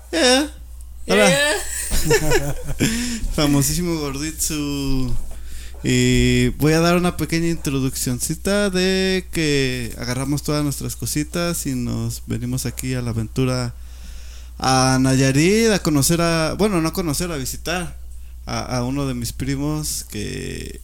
Hola. Famosísimo Gorditsu. Y voy a dar una pequeña introduccioncita de que agarramos todas nuestras cositas y nos venimos aquí a la aventura a Nayarit a conocer a, bueno, no a conocer, a visitar a uno de mis primos que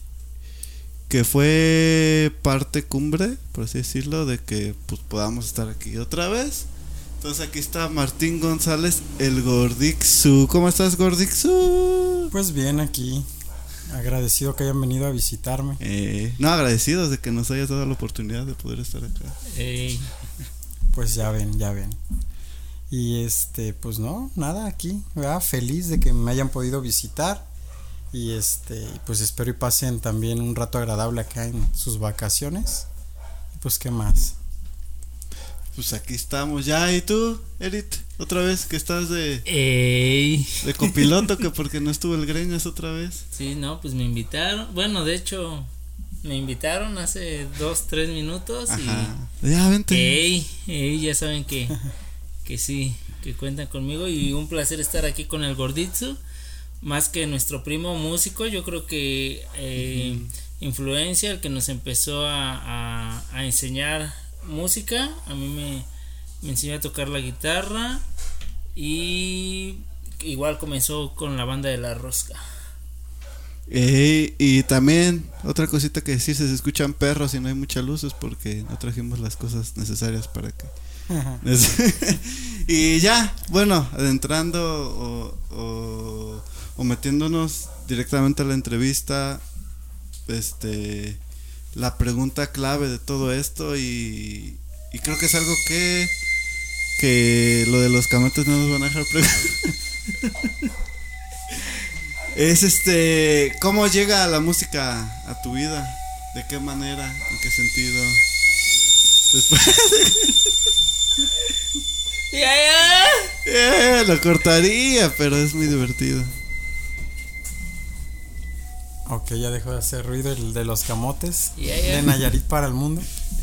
fue parte cumbre, por así decirlo, de que pues podamos estar aquí otra vez. Entonces aquí está Martín González, el Gordixu. ¿Cómo estás, Gordixu? Pues bien, aquí agradecido que hayan venido a visitarme. No, agradecidos de que nos hayas dado la oportunidad de poder estar acá. Pues ya ven. Y pues no, nada, aquí, ¿verdad? Feliz de que me hayan podido visitar. Y pues espero y pasen también un rato agradable acá en sus vacaciones. Y pues qué más. Pues aquí estamos ya. ¿Y tú, Erit? Otra vez que estás de copiloto, que porque no estuvo el Greñas otra vez. Sí, no, pues me invitaron. Bueno, de hecho, me invitaron hace 2-3 minutos. Ajá. Y ya, vente. Ya saben que sí, que cuentan conmigo. Y un placer estar aquí con el Gorditsu. Más que nuestro primo músico, yo creo que influencia, el que nos empezó a enseñar música. A mí me enseñó a tocar la guitarra y igual comenzó con la banda de La Rosca. Y también otra cosita que decir, se escuchan perros y no hay mucha luz, es porque no trajimos las cosas necesarias para que y ya, bueno, adentrando o metiéndonos directamente a la entrevista, la pregunta clave de todo esto, y creo que es algo que lo de los camotes no nos van a dejar preguntar. Es ¿cómo llega la música a tu vida? ¿De qué manera? ¿En qué sentido? Después lo cortaría, pero es muy divertido. Ok, ya dejó de hacer ruido el de los camotes. De Nayarit para el mundo.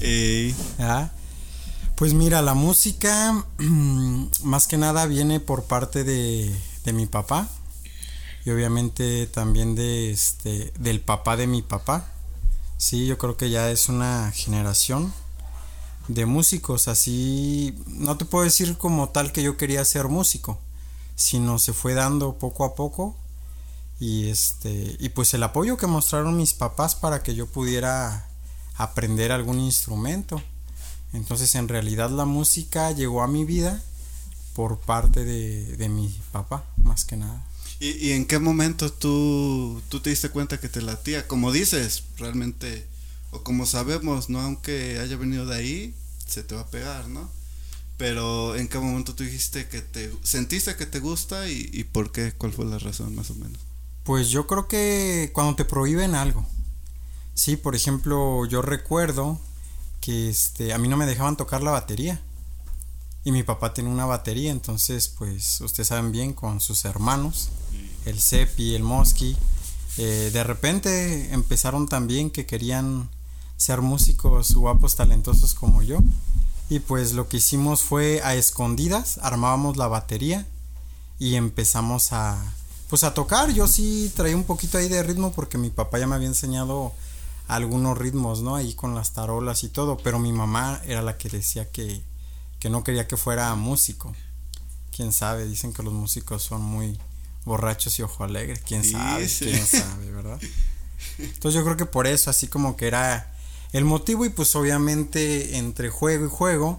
Pues mira, la música más que nada viene por parte de mi papá. Y obviamente también del papá de mi papá. Sí, yo creo que ya es una generación de músicos. Así, no te puedo decir como tal que yo quería ser músico, sino se fue dando poco a poco. Y pues el apoyo que mostraron mis papás para que yo pudiera aprender algún instrumento. Entonces en realidad la música llegó a mi vida por parte de mi papá, más que nada. ¿Y en qué momento tú te diste cuenta que te latía? Como dices, realmente, o como sabemos, ¿no? Aunque haya venido de ahí, se te va a pegar, ¿no? Pero ¿en qué momento tú dijiste sentiste que te gusta y por qué? ¿Cuál fue la razón, más o menos? Pues yo creo que cuando te prohíben algo. Sí, por ejemplo, yo recuerdo que a mí no me dejaban tocar la batería. Y mi papá tenía una batería, entonces pues ustedes saben bien, con sus hermanos, el Cepi, el Mosqui, de repente empezaron también que querían ser músicos guapos, talentosos como yo. Y pues lo que hicimos fue a escondidas, armábamos la batería y empezamos a tocar. Yo sí traía un poquito ahí de ritmo porque mi papá ya me había enseñado algunos ritmos, ¿no? Ahí con las tarolas y todo, pero mi mamá era la que decía que no quería que fuera músico. Quién sabe, dicen que los músicos son muy borrachos y ojo alegre. Quién sabe, ¿verdad? Entonces yo creo que por eso, así como que era el motivo. Y pues obviamente entre juego y juego,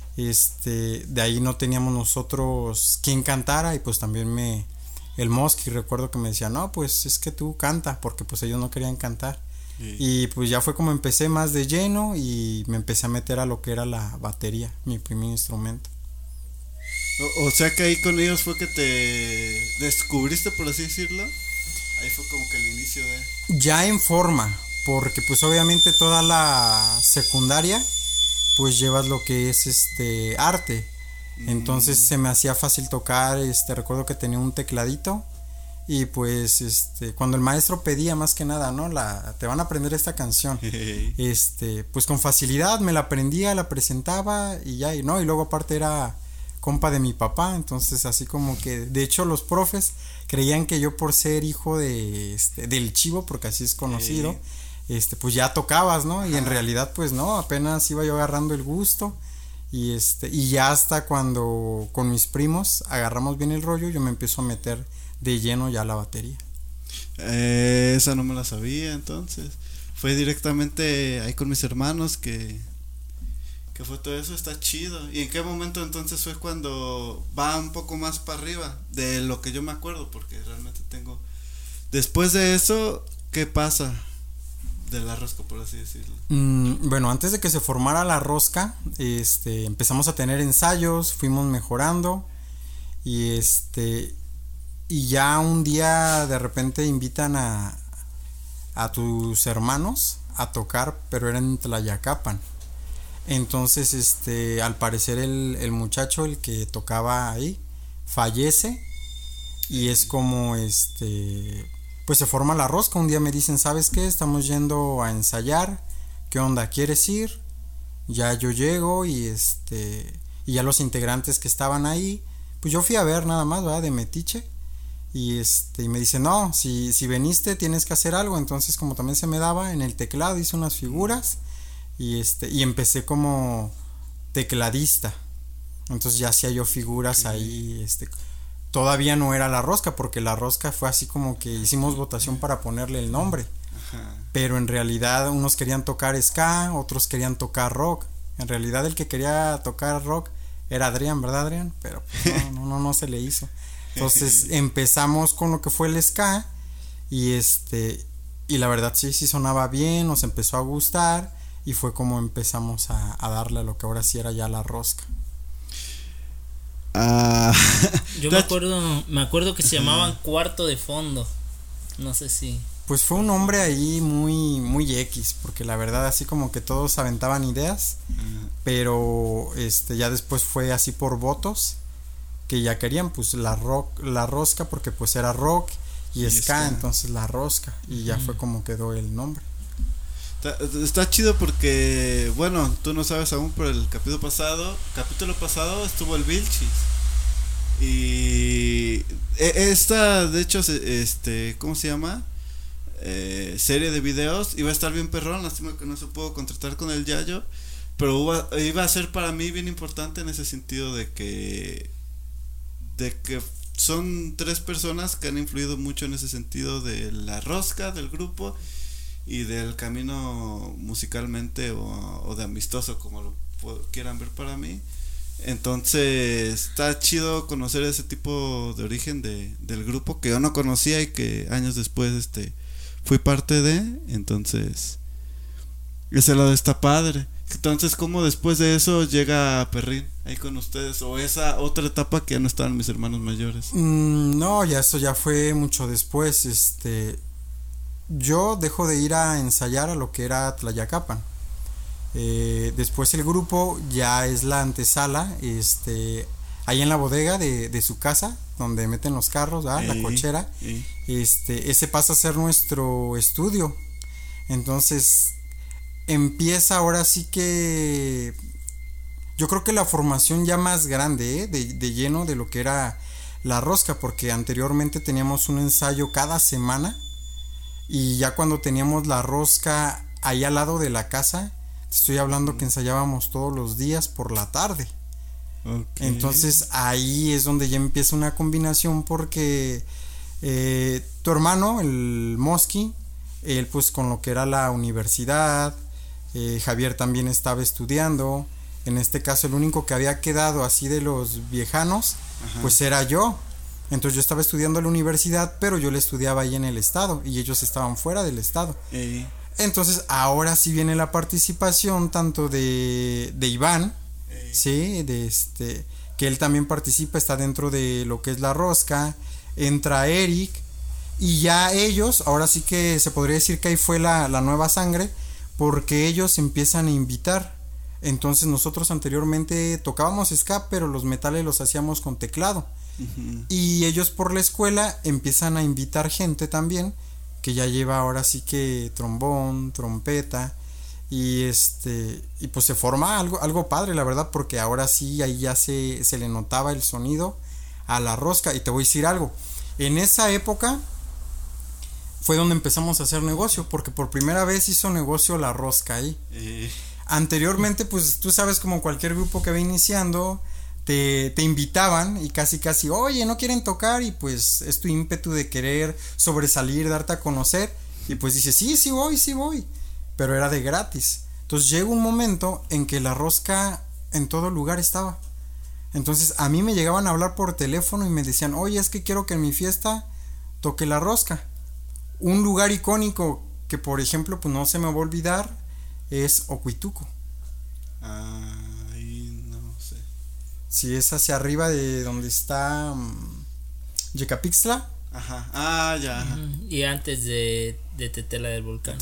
de ahí no teníamos nosotros quien cantara. Y pues también el Mosqui, recuerdo que me decía, no, pues es que tú canta, porque pues ellos no querían cantar. Sí. Y pues ya fue como empecé más de lleno y me empecé a meter a lo que era la batería, mi primer instrumento. O sea que ahí con ellos fue que te descubriste, por así decirlo. Ahí fue como que el inicio de... Ya en forma, porque pues obviamente toda la secundaria pues llevas lo que es arte. Entonces se me hacía fácil tocar. Recuerdo que tenía un tecladito y pues cuando el maestro pedía, más que nada, ¿no? Te van a aprender esta canción. Pues con facilidad me la aprendía, la presentaba y ya, y luego aparte era compa de mi papá, entonces así como que, de hecho los profes creían que yo por ser hijo de del Chivo, porque así es conocido, pues ya tocabas, ¿no? Y en realidad pues no, apenas iba yo agarrando el gusto y y ya hasta cuando con mis primos agarramos bien el rollo, yo me empiezo a meter de lleno ya a la batería. Esa no me la sabía, entonces fue directamente ahí con mis hermanos que fue todo eso. Está chido. ¿Y en qué momento entonces fue cuando va un poco más para arriba de lo que yo me acuerdo? Porque realmente tengo, después de eso, ¿qué pasa de la rosca, por así decirlo? Bueno, antes de que se formara la rosca, empezamos a tener ensayos, fuimos mejorando y y ya un día de repente invitan a tus hermanos a tocar, pero era en Tlayacapan. Entonces, al parecer el muchacho, el que tocaba ahí, fallece y es como, pues se forma la rosca. Un día me dicen, ¿sabes qué? Estamos yendo a ensayar, ¿qué onda? ¿Quieres ir? Ya yo llego y y ya los integrantes que estaban ahí, pues yo fui a ver nada más, ¿verdad? De metiche. Y y me dice, no, si veniste tienes que hacer algo. Entonces, como también se me daba, en el teclado hice unas figuras y empecé como tecladista. Entonces ya hacía yo figuras ahí. Todavía no era la rosca, porque la rosca fue así como que hicimos votación para ponerle el nombre. Ajá. Pero en realidad unos querían tocar ska, otros querían tocar rock. En realidad el que quería tocar rock era Adrián, ¿verdad, Adrián? Pero pues, no se le hizo. Entonces empezamos con lo que fue el ska y y la verdad sí sonaba bien, nos empezó a gustar y fue como empezamos a darle a lo que ahora sí era ya la rosca. Yo me acuerdo que se llamaban Cuarto de Fondo. No sé si. Pues fue un nombre ahí muy X, porque la verdad así como que todos aventaban ideas, pero ya después fue así por votos que ya querían pues la rosca, porque pues era rock y ska, entonces la rosca, y ya fue como quedó el nombre. Está chido porque, bueno, tú no sabes aún, pero el capítulo pasado estuvo el Vilchis. Y esta, de hecho, ¿cómo se llama? Serie de videos iba a estar bien perrón. Lástima que no se pudo contratar con el Yayo, pero iba a ser para mí bien importante en ese sentido de que son 3 personas que han influido mucho en ese sentido de la rosca del grupo y del camino musicalmente o de amistoso, como lo quieran ver para mí. Entonces está chido conocer ese tipo de origen del grupo que yo no conocía y que años después fui parte de. Entonces ese lado está padre. Entonces, ¿cómo después de eso llega Perrín ahí con ustedes? ¿O esa otra etapa que ya no estaban mis hermanos mayores? No, eso ya fue mucho después. Yo dejo de ir a ensayar a lo que era Tlayacapan. Después el grupo ya es la antesala, ahí en la bodega de su casa, donde meten los carros, la cochera. Ese pasa a ser nuestro estudio. Entonces empieza ahora sí que yo creo que la formación ya más grande, de lleno de lo que era la rosca, porque anteriormente teníamos un ensayo cada semana y ya cuando teníamos la rosca ahí al lado de la casa, te estoy hablando que ensayábamos todos los días por la tarde. Okay. Entonces ahí es donde ya empieza una combinación, porque tu hermano, el Mosqui, él pues con lo que era la universidad, Javier también estaba estudiando. En este caso el único que había quedado así de los viejanos, pues era yo. Entonces yo estaba estudiando en la universidad, pero yo le estudiaba ahí en el estado y ellos estaban fuera del estado. Entonces ahora sí viene la participación tanto de Iván, sí, que él también participa, está dentro de lo que es la rosca. Entra Eric y ya ellos, ahora sí que se podría decir que ahí fue la nueva sangre, porque ellos empiezan a invitar. Entonces nosotros anteriormente tocábamos ska, pero los metales los hacíamos con teclado. Y ellos por la escuela empiezan a invitar gente también, que ya lleva ahora sí que trombón, trompeta, y pues se forma algo padre, la verdad, porque ahora sí ahí ya se le notaba el sonido a la rosca. Y te voy a decir algo, en esa época fue donde empezamos a hacer negocio, porque por primera vez hizo negocio la rosca ahí. Anteriormente, pues tú sabes, como cualquier grupo que va iniciando, te invitaban y casi, oye, ¿no quieren tocar? Y pues es tu ímpetu de querer sobresalir, darte a conocer, y pues dices, sí voy, pero era de gratis. Entonces llega un momento en que la rosca en todo lugar estaba. Entonces a mí me llegaban a hablar por teléfono y me decían, oye, es que quiero que en mi fiesta toque la rosca. Un lugar icónico que, por ejemplo, pues no se me va a olvidar, es Ocuituco. Ay, no sé. Sí, es hacia arriba de donde está Yecapixtla. Ajá, ya. Ajá. Y antes de Tetela del Volcán.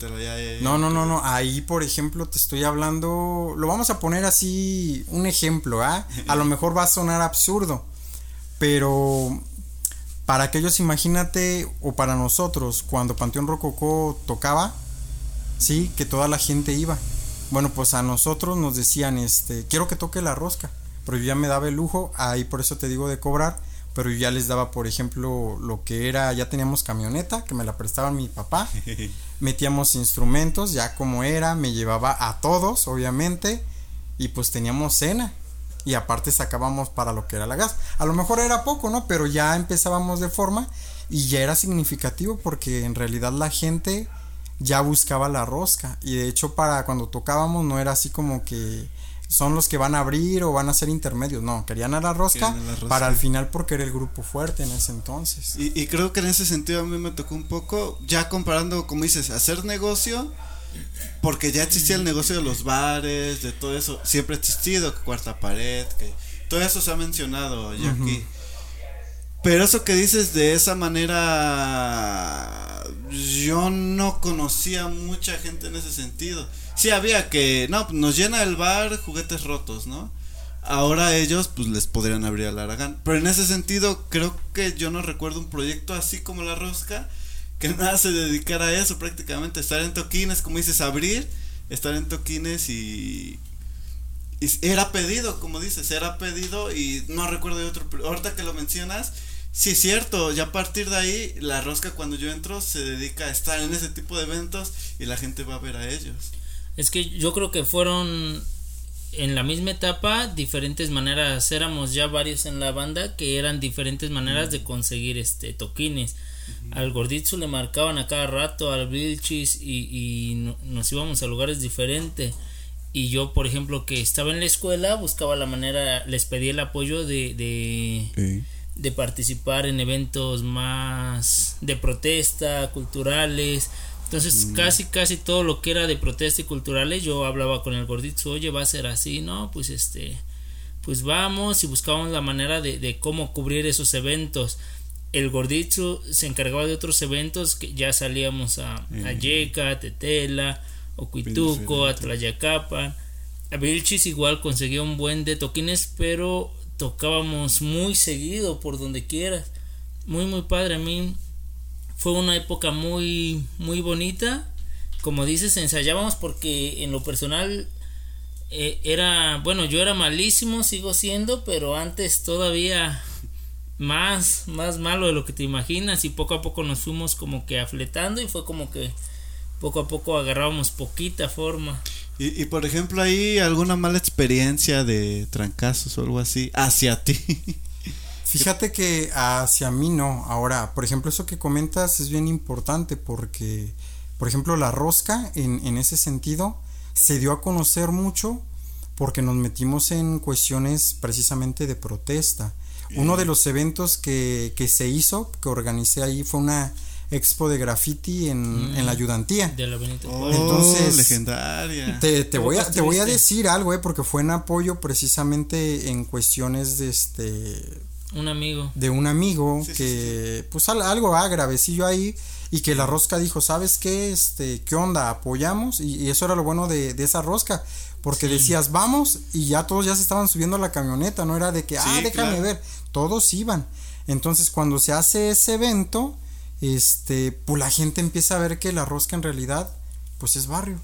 No. Ahí, por ejemplo, te estoy hablando. Lo vamos a poner así, un ejemplo, ¿ah? A lo mejor va a sonar absurdo, pero para aquellos, imagínate, o para nosotros, cuando Panteón Rococó tocaba, sí, que toda la gente iba. Bueno, pues a nosotros nos decían, quiero que toque la rosca, pero yo ya me daba el lujo, ahí por eso te digo de cobrar, pero yo ya les daba, por ejemplo, lo que era, ya teníamos camioneta, que me la prestaban mi papá, metíamos instrumentos, ya como era, me llevaba a todos, obviamente, y pues teníamos cena, y aparte sacábamos para lo que era la gas. A lo mejor era poco, ¿no? Pero ya empezábamos de forma, y ya era significativo, porque en realidad la gente ya buscaba la rosca, y de hecho para cuando tocábamos no era así como que son los que van a abrir o van a ser intermedios, no, querían a la rosca para al final, porque era el grupo fuerte en ese entonces. Y creo que en ese sentido a mí me tocó un poco, ya comparando, como dices, hacer negocio, porque ya existía el negocio de los bares, de todo eso, siempre ha existido, que Cuarta Pared, que todo eso se ha mencionado ya aquí. Pero eso que dices de esa manera, yo no conocía mucha gente en ese sentido. Sí había que, no, nos llena el bar juguetes rotos, ¿no? Ahora ellos pues les podrían abrir al Aragán. Pero en ese sentido creo que yo no recuerdo un proyecto así como La Rosca que nada se dedicara a eso prácticamente. Estar en toquines, como dices, abrir, estar en toquines y era pedido, como dices, era pedido y no recuerdo de otro. Ahorita que lo mencionas, sí es cierto, ya a partir de ahí La Rosca cuando yo entro se dedica a estar en ese tipo de eventos y la gente va a ver a ellos. Es que yo creo que fueron en la misma etapa diferentes maneras, éramos ya varios en la banda que eran diferentes maneras de conseguir toquines. Al Gorditzu le marcaban a cada rato, al Vilchis y nos íbamos a lugares diferentes. Y yo, por ejemplo, que estaba en la escuela, buscaba la manera, les pedí el apoyo de participar en eventos más de protesta, culturales. Entonces casi todo lo que era de protesta y culturales yo hablaba con el Gorditzu, oye, va a ser así, ¿no? Pues pues vamos, y buscábamos la manera de cómo cubrir esos eventos. El Gorditzu se encargaba de otros eventos que ya salíamos a Yeca, Tetela, Ocuituco, a Tlayacapan. A Vilchis igual conseguía un buen de toquines, pero tocábamos muy seguido por donde quieras. Muy padre. A mí fue una época muy bonita. Como dices, ensayábamos porque en lo personal yo era malísimo, sigo siendo, pero antes todavía más malo de lo que te imaginas, y poco a poco nos fuimos como que afletando y fue como que poco a poco agarrábamos poquita forma. Y por ejemplo, ¿hay alguna mala experiencia de trancazos o algo así hacia ti? Fíjate que hacia mí no. Ahora, por ejemplo, eso que comentas es bien importante porque, por ejemplo, La Rosca en ese sentido se dio a conocer mucho porque nos metimos en cuestiones precisamente de protesta. Uno de los eventos que se hizo, que organicé ahí, fue una expo de graffiti en la ayudantía de la Benito. Entonces, legendaria. Te voy a decir algo, porque fue en apoyo precisamente en cuestiones de un amigo que pues algo gravecillo ahí, y que La Rosca dijo, ¿sabes qué? ¿Qué onda? Apoyamos, y eso era lo bueno de esa rosca, porque decías, vamos, y ya todos ya se estaban subiendo a la camioneta, no era de que, déjame ver, todos iban. Entonces, cuando se hace ese evento, pues la gente empieza a ver que La Rosca en realidad, pues es barrio.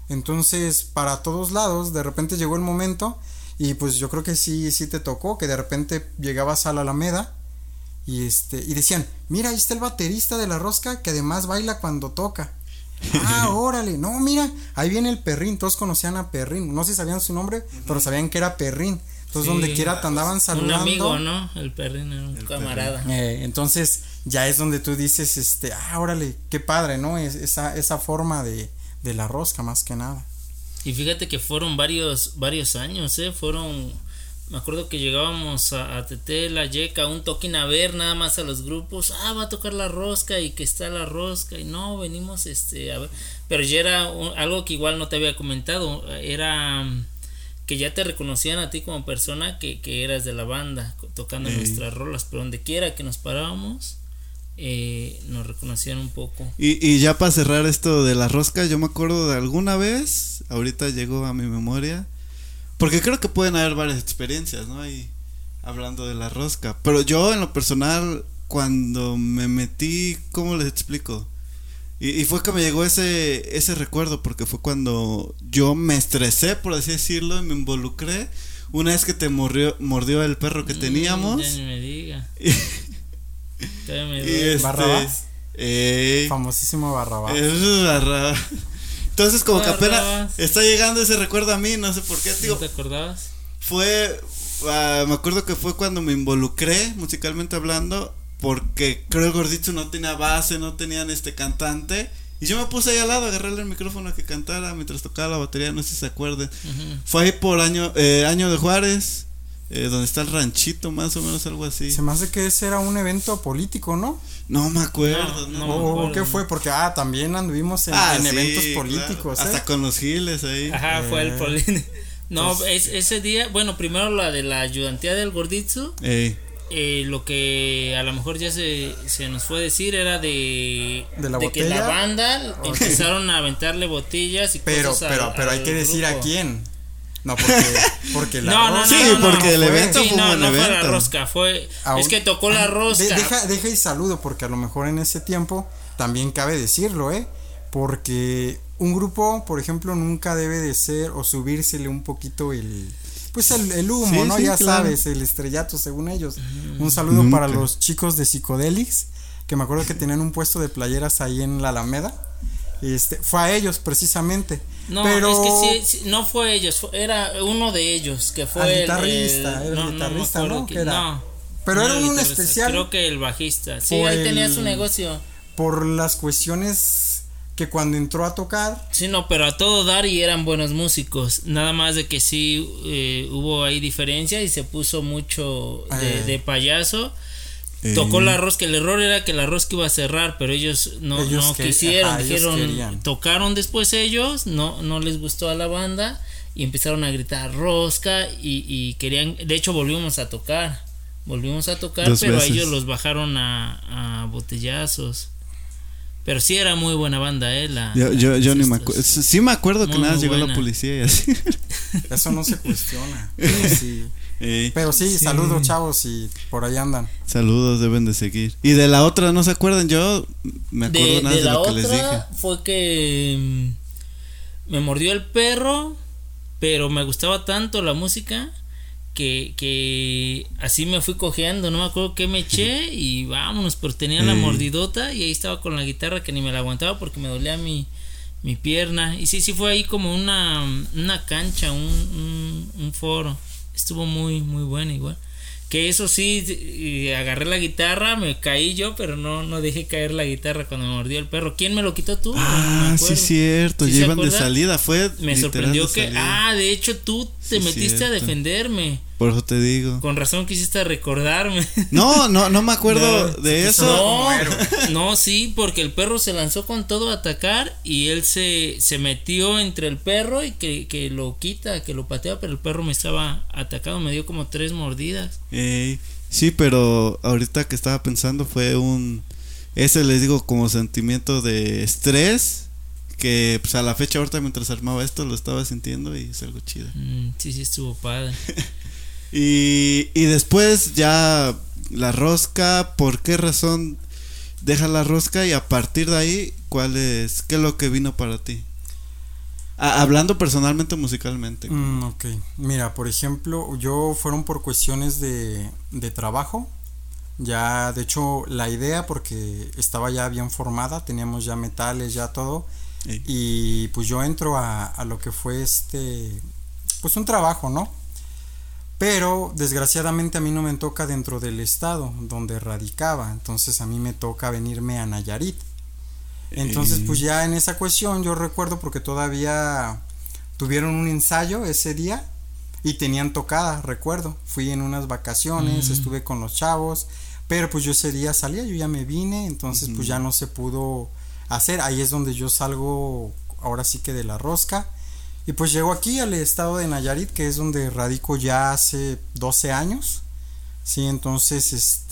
Entonces, para todos lados, de repente llegó el momento y pues yo creo que sí te tocó, que de repente llegabas a la Alameda y y decían, mira, ahí está el baterista de La Rosca que además baila cuando toca. Ah, órale, no, mira, ahí viene el Perrín, todos conocían a Perrín, no sé si sabían su nombre, pero sabían que era Perrín. Entonces, donde quiera te andaban saludando. Un amigo, ¿no? El Perrín era un camarada. Entonces, ya es donde tú dices, órale, qué padre, ¿no? Esa forma de La Rosca, más que nada. Y fíjate que fueron varios años, me acuerdo que llegábamos a Tetela, Yeca, un toquín a ver nada más a los grupos, va a tocar La Rosca y que está La Rosca, y no, venimos a ver, pero ya era algo que igual no te había comentado, era que ya te reconocían a ti como persona que eras de la banda, tocando nuestras rolas, pero donde quiera que nos parábamos, nos reconocían un poco. Y ya para cerrar esto de La Rosca, yo me acuerdo de alguna vez, ahorita llegó a mi memoria, porque creo que pueden haber varias experiencias, ¿no? Ahí hablando de La Rosca, pero yo en lo personal, cuando me metí, ¿cómo les explico? Y fue que me llegó ese recuerdo, porque fue cuando yo me estresé, por así decirlo, y me involucré. Una vez que te mordió el perro que teníamos. Ya ni me diga. Barrabás. Famosísimo Barrabás. Barrabás. Entonces como que apenas está llegando ese recuerdo a mí, no sé por qué, tío. ¿No te acordabas? Me acuerdo que fue cuando me involucré, musicalmente hablando, porque creo el Gordito no tenía base, no tenían cantante, y yo me puse ahí al lado, agarrarle el micrófono a que cantara mientras tocaba la batería, no sé si se acuerdan. Fue ahí por Año de Juárez, donde está el ranchito, más o menos, algo así. Se me hace que ese era un evento político, ¿no? No me acuerdo, ¿O qué fue? Porque también anduvimos en eventos políticos, claro. Hasta con los giles ahí. Ajá, fue el político. No, ese día, bueno, primero la de la ayudantía del Gordito. Lo que a lo mejor ya se nos fue decir era de que la banda empezaron a aventarle botellas y cosas. Pero hay que decir a quién. No, porque la Rosca. Sí, porque el evento fue un evento. No fue La Rosca, es que tocó La Rosca. Deja y saludo, porque a lo mejor en ese tiempo también cabe decirlo, porque un grupo, por ejemplo, nunca debe de ser o subírsele un poquito el humo, ¿no? Ya claro. Sabes, el estrellato, según ellos. Un saludo para los chicos de Psicodelics, que me acuerdo que tenían un puesto de playeras ahí en la Alameda. Fue a ellos precisamente. No, pero es que sí, no fue ellos, era uno de ellos que fue el guitarrista, ¿no? Pero era un especial. Creo que el bajista. Sí, ahí tenía su negocio. Por las cuestiones que cuando entró a tocar. Sí, no, pero a todo dar y eran buenos músicos. Nada más de que sí hubo ahí diferencia y se puso mucho de payaso. Tocó La Rosca, el error era que La Rosca iba a cerrar, pero ellos no quisieron, dijeron, tocaron después ellos, no les gustó a la banda y empezaron a gritar Rosca y querían, de hecho volvimos a tocar, pero a ellos los bajaron a botellazos. Pero sí era muy buena banda, yo ni me acuerdo. Sí me acuerdo que nada llegó la policía y así. Eso no se cuestiona. Sí. Pero sí, saludos, chavos, y por ahí andan. Saludos, deben de seguir. Y de la otra, ¿no se acuerdan? Yo me acuerdo nada de lo que les dije. Fue que me mordió el perro, pero me gustaba tanto la música que así me fui cojeando, no me acuerdo qué me eché y vámonos, pero tenía la mordidota y ahí estaba con la guitarra que ni me la aguantaba porque me dolía mi pierna. Y sí fue ahí como una cancha, un foro. Estuvo muy muy bueno igual. Que eso sí, agarré la guitarra, me caí yo, pero no dejé caer la guitarra cuando me mordió el perro. ¿Quién me lo quitó tú? Sí, cierto, ¿Sí llevan de salida, me sorprendió que, de hecho tú te metiste cierto. A defenderme. Por eso te digo. Con razón quisiste recordarme. No me acuerdo de eso. No, sí, porque el perro se lanzó con todo a atacar y él se metió entre el perro y que lo quita, que lo patea, pero el perro me estaba atacando, me dio como 3 mordidas. Sí, pero ahorita que estaba pensando fue ese les digo como sentimiento de estrés que pues a la fecha ahorita mientras armaba esto lo estaba sintiendo y es algo chido. Sí, estuvo padre. Y después ya La Rosca, ¿por qué razón deja La Rosca? Y a partir de ahí, ¿qué es lo que vino para ti? Hablando personalmente musicalmente. Ok. Mira, por ejemplo, yo fueron por cuestiones de trabajo. Ya, de hecho, la idea, porque estaba ya bien formada, teníamos ya metales, ya todo. Sí. Y pues yo entro a lo que fue pues un trabajo, ¿no? Pero desgraciadamente a mí no me toca dentro del estado donde radicaba, entonces a mí me toca venirme a Nayarit. Entonces pues ya en esa cuestión yo recuerdo, porque todavía tuvieron un ensayo ese día y tenían tocada, recuerdo. Fui en unas vacaciones, estuve con los chavos, pero pues yo ese día salía, yo ya me vine, entonces pues ya no se pudo hacer. Ahí es donde yo salgo ahora sí que de la rosca. Y pues llego aquí al estado de Nayarit, que es donde radico ya hace 12 años. Sí, entonces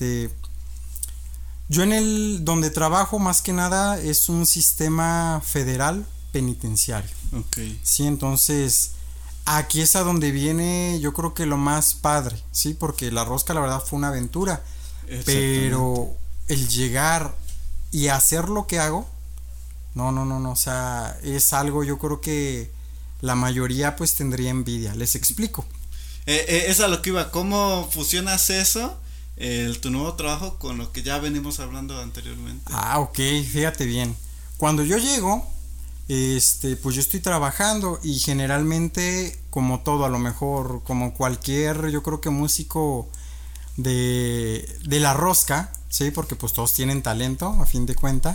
yo donde trabajo más que nada es un sistema federal penitenciario. Okay. Sí, entonces aquí es a donde viene yo creo que lo más padre, sí, porque la rosca la verdad fue una aventura, pero el llegar y hacer lo que hago, no, o sea, es algo yo creo que la mayoría pues tendría envidia. Les explico. Es a lo que iba. ¿Cómo fusionas eso, tu nuevo trabajo, con lo que ya venimos hablando anteriormente? Ok, fíjate bien. Cuando yo llego, pues yo estoy trabajando y generalmente, como todo, a lo mejor, como cualquier, yo creo que músico de la rosca, sí, porque pues todos tienen talento, a fin de cuentas.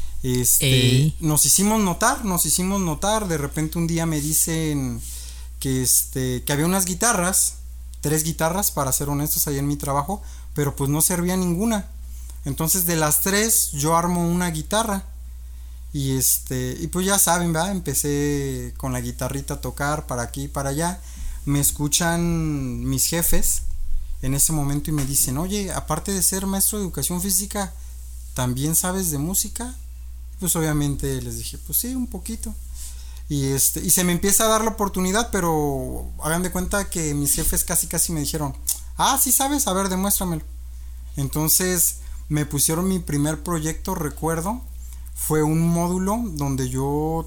Nos hicimos notar, de repente un día me dicen que había unas guitarras, 3 guitarras para ser honestos ahí en mi trabajo, pero pues no servía ninguna. Entonces de las 3 yo armo una guitarra y pues ya saben, ¿verdad? Empecé con la guitarrita a tocar para aquí y para allá. Me escuchan mis jefes en ese momento y me dicen, oye, aparte de ser maestro de educación física, ¿también sabes de música? Pues obviamente les dije, pues sí, un poquito. Y se me empieza a dar la oportunidad, pero hagan de cuenta que mis jefes casi me dijeron, sí sabes, a ver, demuéstramelo. Entonces me pusieron mi primer proyecto, recuerdo, fue un módulo donde yo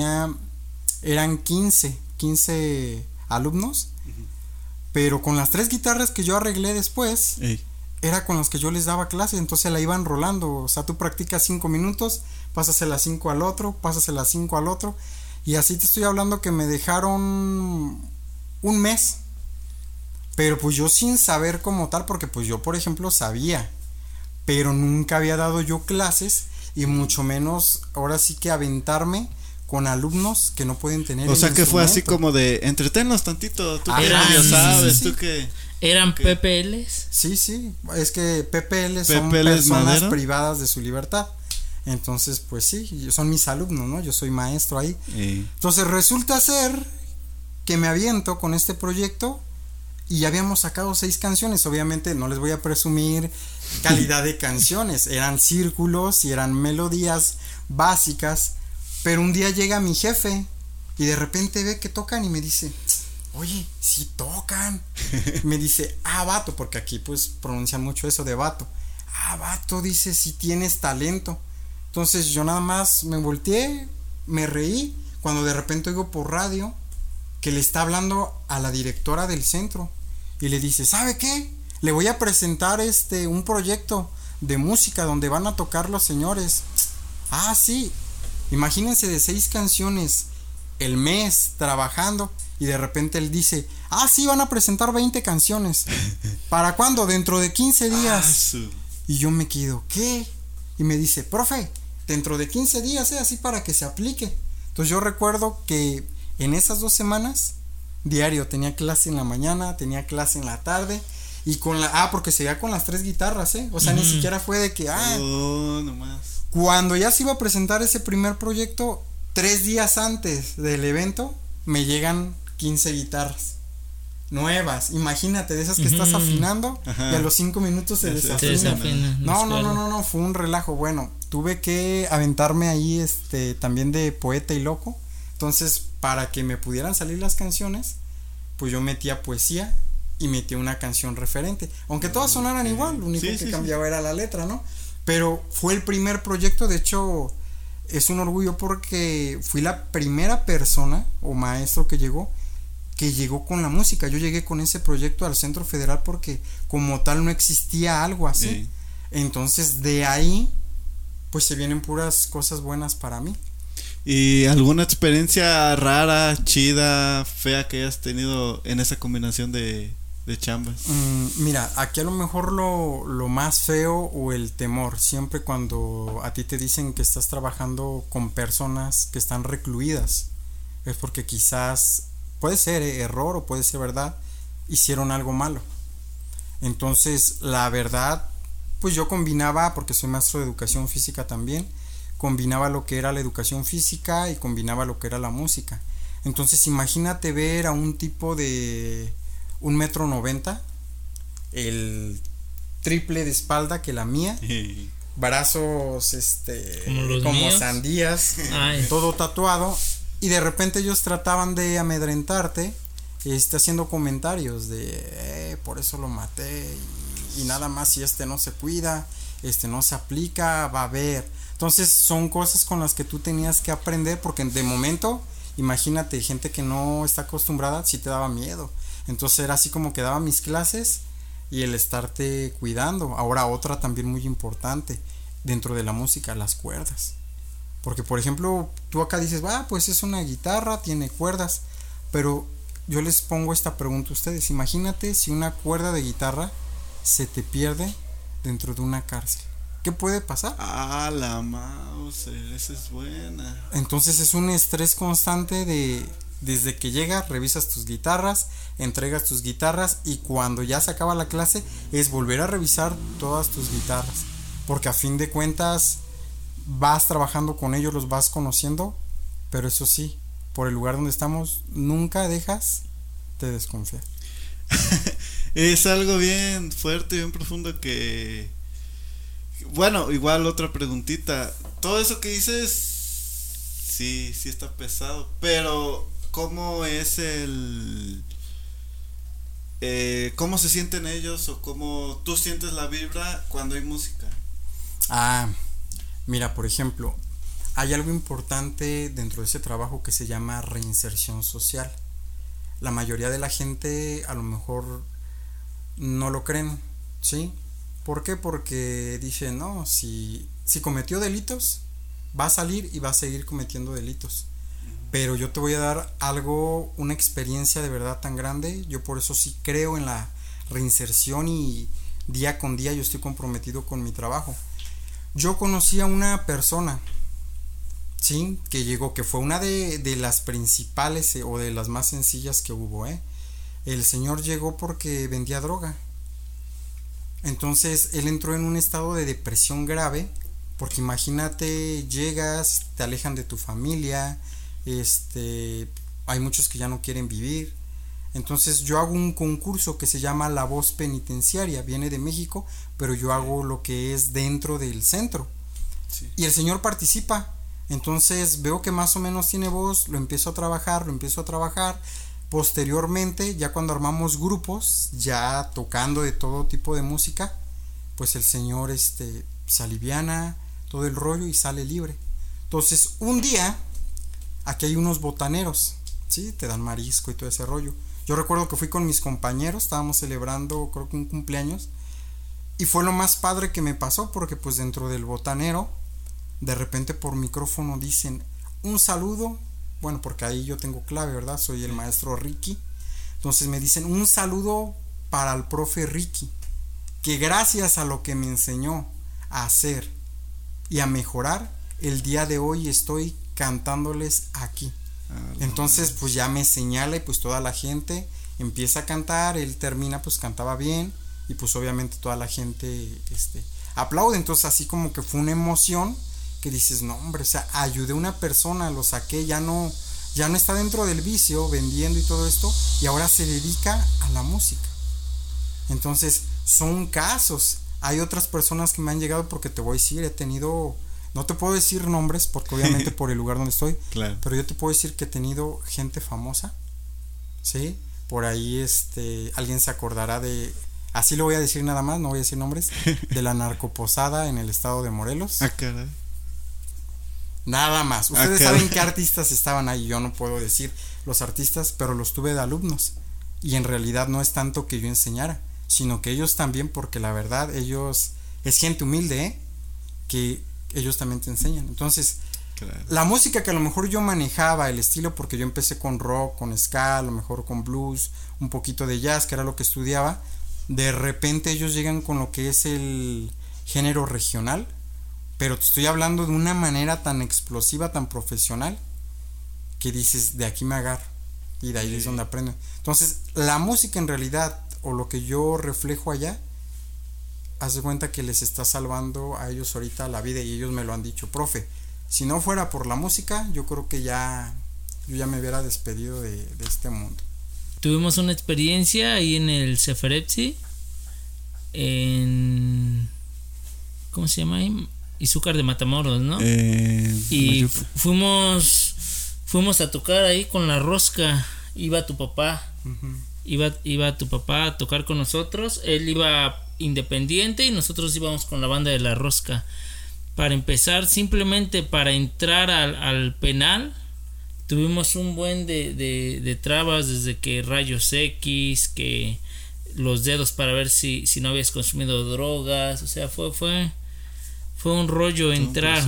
eran 15 alumnos, pero con las 3 guitarras que yo arreglé después, era con las que yo les daba clase, entonces la iban rolando. O sea, tú practicas 5 minutos, pásasela 5 al otro, pásasela 5 al otro, y así te estoy hablando que me dejaron un mes, pero pues yo sin saber como tal, porque pues yo por ejemplo sabía, pero nunca había dado yo clases, y mucho menos ahora sí que aventarme con alumnos que no pueden tener. O sea que fue así como de entretenlos tantito, tú que medio sabes, tú que... ¿Eran PPLs? Sí, es que PPLs son personas privadas de su libertad. Entonces, pues sí, son mis alumnos, ¿no? Yo soy maestro ahí. Entonces resulta ser que me aviento con este proyecto y ya habíamos sacado 6 canciones. Obviamente no les voy a presumir calidad de canciones, eran círculos y eran melodías básicas, pero un día llega mi jefe y de repente ve que tocan y me dice, oye, sí tocan. Me dice, vato, porque aquí pues pronuncian mucho eso de vato. Vato, dice, si tienes talento. Entonces yo nada más me volteé, me reí, cuando de repente oigo por radio que le está hablando a la directora del centro y le dice, ¿sabe qué? Le voy a presentar un proyecto de música donde van a tocar los señores. Sí, imagínense, de 6 canciones el mes trabajando, y de repente él dice, sí, van a presentar 20 canciones. ¿Para cuándo? Dentro de 15 días. Y yo me quedo, ¿qué? Y me dice, profe, dentro de 15 días, así para que se aplique. Entonces yo recuerdo que en esas 2 semanas, diario, tenía clase en la mañana, tenía clase en la tarde, y con porque se iba con las 3 guitarras, o sea, ni siquiera fue de que, nomás. Cuando ya se iba a presentar ese primer proyecto, 3 días antes del evento, me llegan 15 guitarras nuevas, imagínate, de esas que estás afinando. Ajá. Y a los 5 minutos se desafinan. No, fue un relajo. Bueno, tuve que aventarme ahí también de poeta y loco. Entonces, para que me pudieran salir las canciones, pues yo metía poesía y metía una canción referente, aunque todas sonaran igual, lo único que cambiaba era la letra, ¿no? Pero fue el primer proyecto, de hecho, es un orgullo porque fui la primera persona o maestro que llegó con la música. Yo llegué con ese proyecto al Centro Federal porque como tal no existía algo así. Sí. Entonces de ahí pues se vienen puras cosas buenas para mí. ¿Y alguna experiencia rara, chida, fea que hayas tenido en esa combinación de chambas? Mira, aquí a lo mejor lo más feo o el temor, siempre cuando a ti te dicen que estás trabajando con personas que están recluidas, es porque quizás puede ser error o puede ser verdad, hicieron algo malo. Entonces, la verdad, pues yo combinaba, porque soy maestro de educación física también, combinaba lo que era la educación física y combinaba lo que era la música. Entonces, imagínate ver a un tipo de 1,90 m, el triple de espalda que la mía, brazos como sandías, todo tatuado, y de repente ellos trataban de amedrentarte, haciendo comentarios de por eso lo maté y nada más, si no se cuida, no se aplica, va a haber. Entonces son cosas con las que tú tenías que aprender, porque de momento, imagínate, gente que no está acostumbrada, sí te daba miedo. Entonces era así como que daba mis clases y el estarte cuidando. Ahora otra también muy importante dentro de la música, las cuerdas. Porque por ejemplo, tú acá dices, pues es una guitarra, tiene cuerdas, pero yo les pongo esta pregunta a ustedes. Imagínate si una cuerda de guitarra se te pierde dentro de una cárcel. ¿Qué puede pasar? La mouse, esa es buena. Entonces es un estrés constante desde que llegas, revisas tus guitarras, entregas tus guitarras y cuando ya se acaba la clase es volver a revisar todas tus guitarras. Porque a fin de cuentas vas trabajando con ellos, los vas conociendo, pero eso sí, por el lugar donde estamos, nunca dejas de desconfiar. Es algo bien fuerte, bien profundo que... Bueno, igual otra preguntita. Todo eso que dices, sí está pesado, pero ¿cómo es cómo se sienten ellos o cómo tú sientes la vibra cuando hay música? Mira, por ejemplo, hay algo importante dentro de ese trabajo que se llama reinserción social. La mayoría de la gente a lo mejor no lo creen, ¿sí? ¿Por qué? Porque dicen, no, si cometió delitos, va a salir y va a seguir cometiendo delitos. Pero yo te voy a dar algo, una experiencia de verdad tan grande. Yo por eso sí creo en la reinserción y día con día yo estoy comprometido con mi trabajo. Yo conocí a una persona, sí, que llegó, que fue una de las principales o de las más sencillas que hubo, El señor llegó porque vendía droga. Entonces él entró en un estado de depresión grave, porque imagínate, llegas, te alejan de tu familia, hay muchos que ya no quieren vivir. Entonces yo hago un concurso que se llama La Voz Penitenciaria, viene de México, pero yo hago lo que es dentro del centro. Sí. Y el señor participa. Entonces veo que más o menos tiene voz, lo empiezo a trabajar. Posteriormente, ya cuando armamos grupos, ya tocando de todo tipo de música, pues el señor se aliviana todo el rollo y sale libre. Entonces un día, aquí hay unos botaneros, ¿sí? Te dan marisco y todo ese rollo. Yo recuerdo que fui con mis compañeros, estábamos celebrando creo que un cumpleaños, y fue lo más padre que me pasó, porque pues dentro del botanero, de repente por micrófono dicen un saludo, bueno, porque ahí yo tengo clave, ¿verdad? Soy el maestro Ricky. Entonces me dicen un saludo para el profe Ricky, que gracias a lo que me enseñó a hacer y a mejorar, el día de hoy estoy cantándoles aquí. Entonces pues ya me señala y pues toda la gente empieza a cantar, él termina, pues cantaba bien y pues obviamente toda la gente aplaude. Entonces así como que fue una emoción que dices, no hombre, o sea, ayudé a una persona, lo saqué, ya no está dentro del vicio vendiendo y todo esto, y ahora se dedica a la música. Entonces son casos. Hay otras personas que me han llegado, porque te voy a decir, he tenido, no te puedo decir nombres porque obviamente por el lugar donde estoy, claro, pero yo te puedo decir que he tenido gente famosa, ¿sí? Por ahí alguien se acordará de, así lo voy a decir nada más, no voy a decir nombres, de la narcoposada en el estado de Morelos. Caray. Nada más. Ustedes caray. saben qué artistas estaban ahí. Yo no puedo decir los artistas, pero los tuve de alumnos. Y en realidad no es tanto que yo enseñara, sino que ellos también, porque la verdad ellos es gente humilde, que ellos también te enseñan. Entonces, claro, la música que a lo mejor yo manejaba, el estilo, porque yo empecé con rock, con ska, a lo mejor con blues, un poquito de jazz, que era lo que estudiaba. De repente ellos llegan con lo que es el género regional, pero te estoy hablando de una manera tan explosiva, tan profesional, que dices, de aquí me agarro, y de ahí es donde aprendo. Entonces, la música en realidad, o lo que yo reflejo allá, haz de cuenta que les está salvando a ellos ahorita la vida, y ellos me lo han dicho, profe, si no fuera por la música, yo creo que yo ya me hubiera despedido de este mundo. Tuvimos una experiencia ahí en el Ceferepsi, en... ¿cómo se llama ahí? Izúcar de Matamoros, ¿no? Y fuimos a tocar ahí con la rosca. Iba tu papá. Uh-huh. Iba tu papá a tocar con nosotros. Él iba independiente y nosotros íbamos con la banda de la rosca. Para empezar, simplemente para entrar al penal, tuvimos un buen de trabas, desde que rayos X, que los dedos para ver si no habías consumido drogas. O sea, fue un rollo entrar.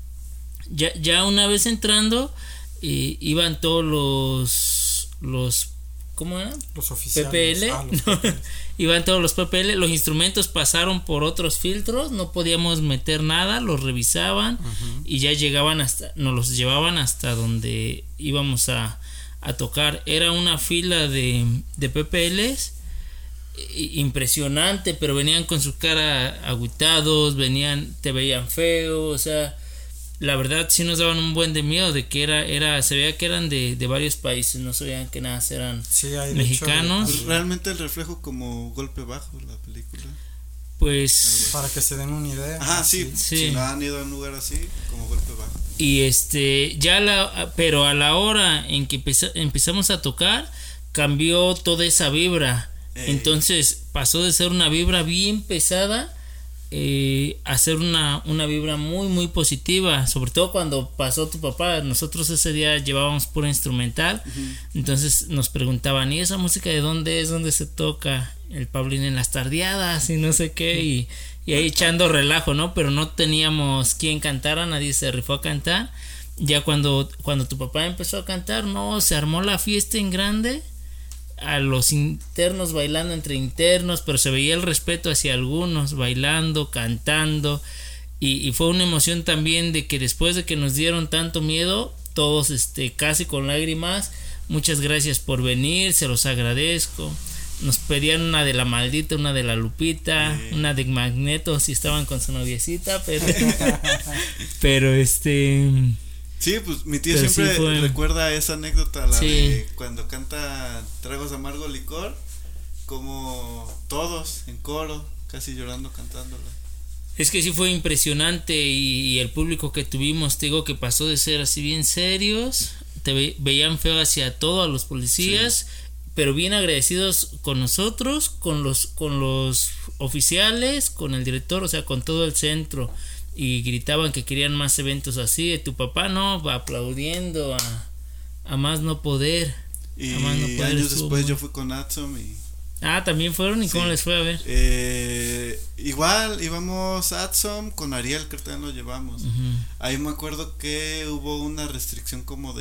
Ya una vez entrando, iban todos los ¿cómo era? Los oficiales. PPL. Iban todos los PPL. Los instrumentos pasaron por otros filtros. No podíamos meter nada. Los revisaban. Uh-huh. Y ya nos los llevaban hasta donde íbamos a tocar. Era una fila de PPLs impresionante, pero venían con su cara agüitados, te veían feo, o sea, la verdad sí nos daban un buen de miedo de que se veía que eran de varios países, no se veían que nada eran mexicanos. Hecho, realmente el reflejo como golpe bajo la película. Pues para que se den una idea. Ajá, sí. Si no han ido a un lugar así, como golpe bajo. Y pero a la hora en que empezamos a tocar, cambió toda esa vibra. Entonces pasó de ser una vibra bien pesada a ser una vibra muy muy positiva, sobre todo cuando pasó tu papá. Nosotros ese día llevábamos pura instrumental. Uh-huh. Entonces nos preguntaban, ¿y esa música de dónde es? ¿Dónde se toca? El Pablín en las tardeadas y no sé qué, y ahí echando relajo, ¿no? Pero no teníamos quien cantara, nadie se rifó a cantar. Ya cuando tu papá empezó a cantar, no, se armó la fiesta en grande, a los internos bailando entre internos, pero se veía el respeto hacia algunos, bailando, cantando, y fue una emoción también de que después de que nos dieron tanto miedo, todos casi con lágrimas, muchas gracias por venir, se los agradezco. Nos pedían una de la Maldita, una de la Lupita, una de Magneto si estaban con su noviecita, pero sí, pues mi tío siempre recuerda esa anécdota, de cuando canta Tragos de Amargo Licor, como todos en coro, casi llorando cantándola. Es que sí fue impresionante, y el público que tuvimos, te digo que pasó de ser así bien serios, veían feo hacia a los policías, pero bien agradecidos con nosotros, con los oficiales, con el director, o sea, con todo el centro. Y gritaban que querían más eventos así. Tu papá no, va aplaudiendo a más no poder. Y años después yo fui con Atom y... también fueron. ¿Y cómo les fue a ver? Igual íbamos a Atom con Ariel, que también lo llevamos. Uh-huh. Ahí me acuerdo que hubo una restricción como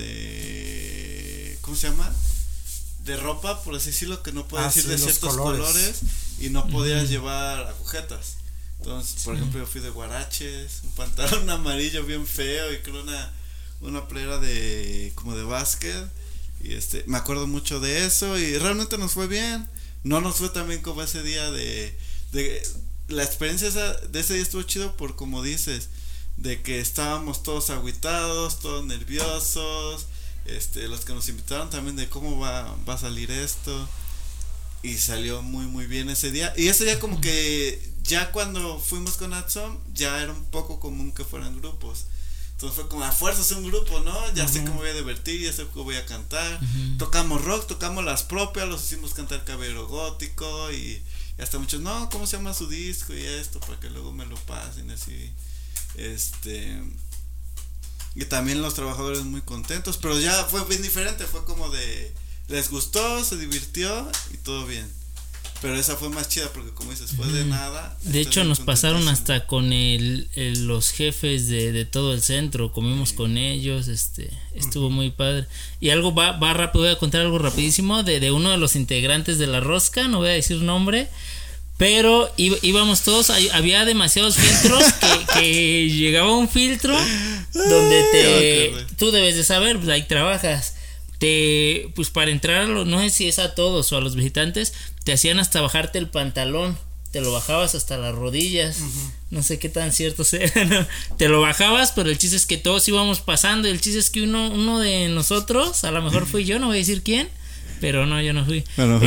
de... ¿cómo se llama? De ropa, por así decirlo, que no puedes ir de ciertos colores y no podías llevar agujetas. Entonces, por ejemplo, yo fui de guaraches, un pantalón amarillo bien feo y creo una playera como de básquet, y me acuerdo mucho de eso, y realmente nos fue bien. No nos fue tan bien como ese día de la experiencia de ese día estuvo chido por, como dices, de que estábamos todos agüitados, todos nerviosos, los que nos invitaron también de cómo va a salir esto, y salió muy muy bien ese día. Y ese día como que ya cuando fuimos con Atsom ya era un poco común que fueran grupos. Entonces fue como a fuerza es un grupo, ¿no? Ya sé cómo voy a divertir, ya sé cómo voy a cantar. Tocamos rock, tocamos las propias, los hicimos cantar Caballero Gótico, y hasta muchos, no, ¿cómo se llama su disco? Y esto, para que luego me lo pasen así. Y también los trabajadores muy contentos, pero ya fue bien diferente, fue como de, les gustó, se divirtió y todo bien. Pero esa fue más chida porque como dices, fue de nada. De hecho nos pasaron hasta con los jefes de todo el centro, comimos con ellos, estuvo muy padre. Y algo va rápido, voy a contar algo rapidísimo de uno de los integrantes de La Rosca, no voy a decir nombre. Pero íbamos todos, había demasiados filtros que llegaba un filtro donde tú debes de saber, pues ahí trabajas. Pues para entrar, no sé si es a todos o a los visitantes, te hacían hasta bajarte el pantalón, te lo bajabas hasta las rodillas, no sé qué tan cierto sea, ¿no? Te lo bajabas, pero el chiste es que todos íbamos pasando, y el chiste es que uno de nosotros, a lo mejor fui yo, no voy a decir quién, pero no, yo no fui.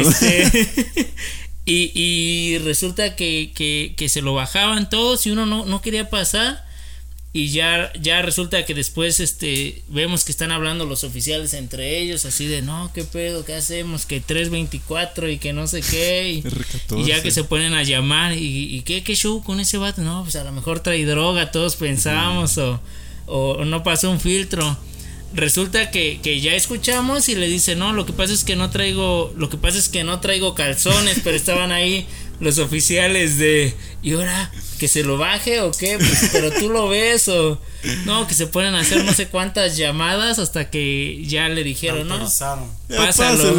Y resulta que se lo bajaban todos y uno no quería pasar. Y ya resulta que después vemos que están hablando los oficiales entre ellos, así de no, qué pedo, qué hacemos, que 324 y que no sé qué, y ya que se ponen a llamar, y qué show con ese vato, no, pues a lo mejor trae droga, todos pensamos, o no pasó un filtro. Resulta que ya escuchamos y le dice, no, lo que pasa es que no traigo calzones, pero estaban ahí los oficiales ¿y ahora que se lo baje o qué? Pues, pero tú lo ves o no, que se ponen a hacer no sé cuántas llamadas hasta que ya le dijeron, no, pásalo.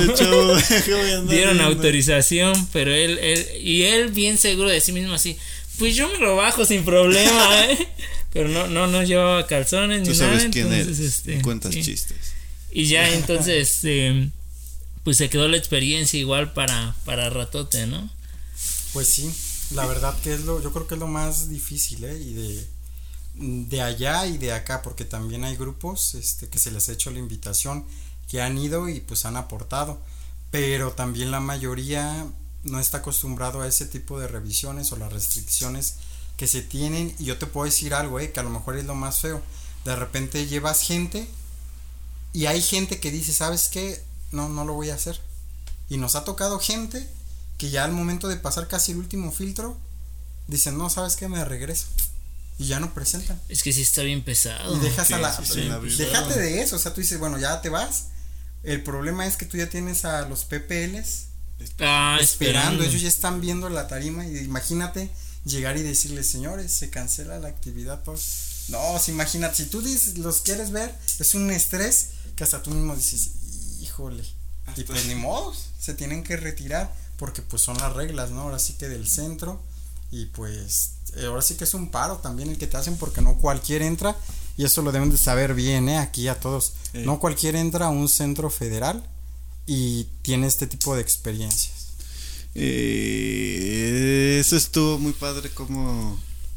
Dieron autorización, pero él bien seguro de sí mismo así, pues yo me lo bajo sin problema, pero no llevaba calzones ni nada. Tú sabes quién eres, cuentas chistes. Y ya entonces pues se quedó la experiencia igual para ratote, ¿no? Pues sí, la verdad que yo creo que es lo más difícil, y de allá y de acá, porque también hay grupos que se les ha hecho la invitación, que han ido y pues han aportado, pero también la mayoría no está acostumbrado a ese tipo de revisiones o las restricciones que se tienen. Y yo te puedo decir algo, que a lo mejor es lo más feo, de repente llevas gente y hay gente que dice, ¿sabes qué? No lo voy a hacer. Y nos ha tocado gente que ya al momento de pasar casi el último filtro dicen, no, ¿sabes qué? Me regreso. Y ya no presentan. Es que sí está bien pesado. Y dejas déjate de eso, o sea, tú dices, bueno, ya te vas. El problema es que tú ya tienes a los PPLs esperando. Ellos ya están viendo la tarima, y imagínate llegar y decirles, señores, se cancela la actividad. No, imagínate, si tú los quieres ver, es un estrés que hasta tú mismo dices, híjole. Y pues ni modo, se tienen que retirar, porque pues son las reglas, ¿no? Ahora sí que del centro, y pues ahora sí que es un paro también el que te hacen, porque no cualquier entra, y eso lo deben de saber bien, aquí a todos. No cualquier entra a un centro federal y tiene este tipo de experiencias. Eso estuvo muy padre, como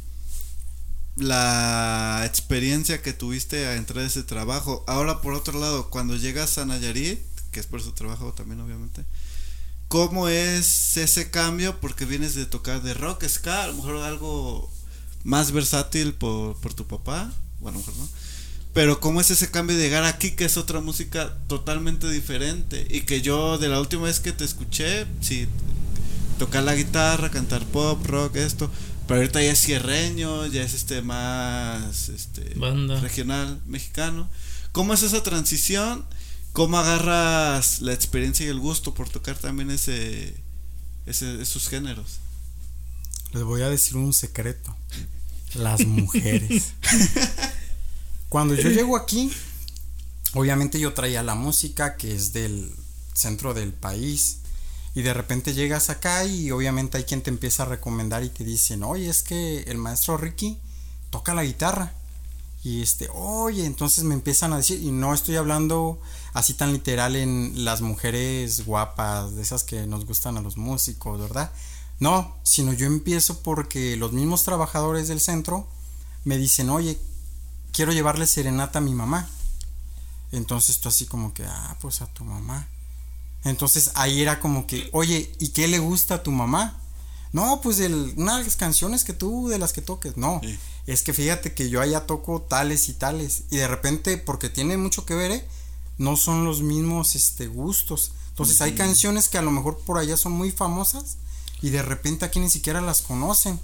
la experiencia que tuviste a entrar a ese trabajo. Ahora, por otro lado, cuando llegas a Nayarit, que es por su trabajo también, obviamente, ¿cómo es ese cambio? Porque vienes de tocar de rock, ska, a lo mejor algo más versátil por tu papá, bueno, a lo mejor no, pero ¿cómo es ese cambio de llegar aquí, que es otra música totalmente diferente? Y que yo, de la última vez que te escuché, sí, tocar la guitarra, cantar pop, rock, esto, pero ahorita ya es sierreño, ya es más banda regional mexicano. ¿Cómo es esa transición? ¿Cómo agarras la experiencia y el gusto por tocar también esos géneros? Les voy a decir un secreto. Las mujeres. Cuando yo llego aquí, obviamente yo traía la música que es del centro del país, y de repente llegas acá y obviamente hay quien te empieza a recomendar y te dicen, oye, es que el maestro Ricky toca la guitarra. Y oye, entonces me empiezan a decir, y no estoy hablando así tan literal en las mujeres guapas, de esas que nos gustan a los músicos, ¿verdad? No, sino yo empiezo porque los mismos trabajadores del centro me dicen, oye, quiero llevarle serenata a mi mamá. Entonces tú así como que, pues a tu mamá. Entonces ahí era como que, oye, ¿y qué le gusta a tu mamá? No, pues unas canciones que tú, de las que toques. No, sí. Es que fíjate que yo allá toco tales y tales, y de repente, porque tiene mucho que ver, no son los mismos gustos. Entonces hay canciones que a lo mejor por allá son muy famosas y de repente aquí ni siquiera las conocen.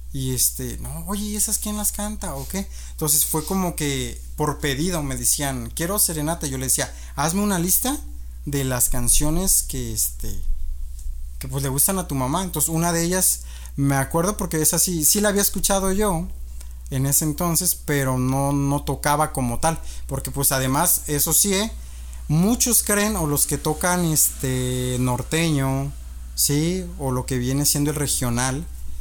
Y no, oye, ¿y esas quién las canta o qué? Entonces fue como que por pedido me decían, quiero serenata. Yo le decía, hazme una lista de las canciones que que pues le gustan a tu mamá. Entonces una de ellas me acuerdo porque esa sí la había escuchado yo en ese entonces, pero no tocaba como tal, porque pues además, eso sí, muchos creen, o los que tocan norteño, sí, o lo que viene siendo el regional,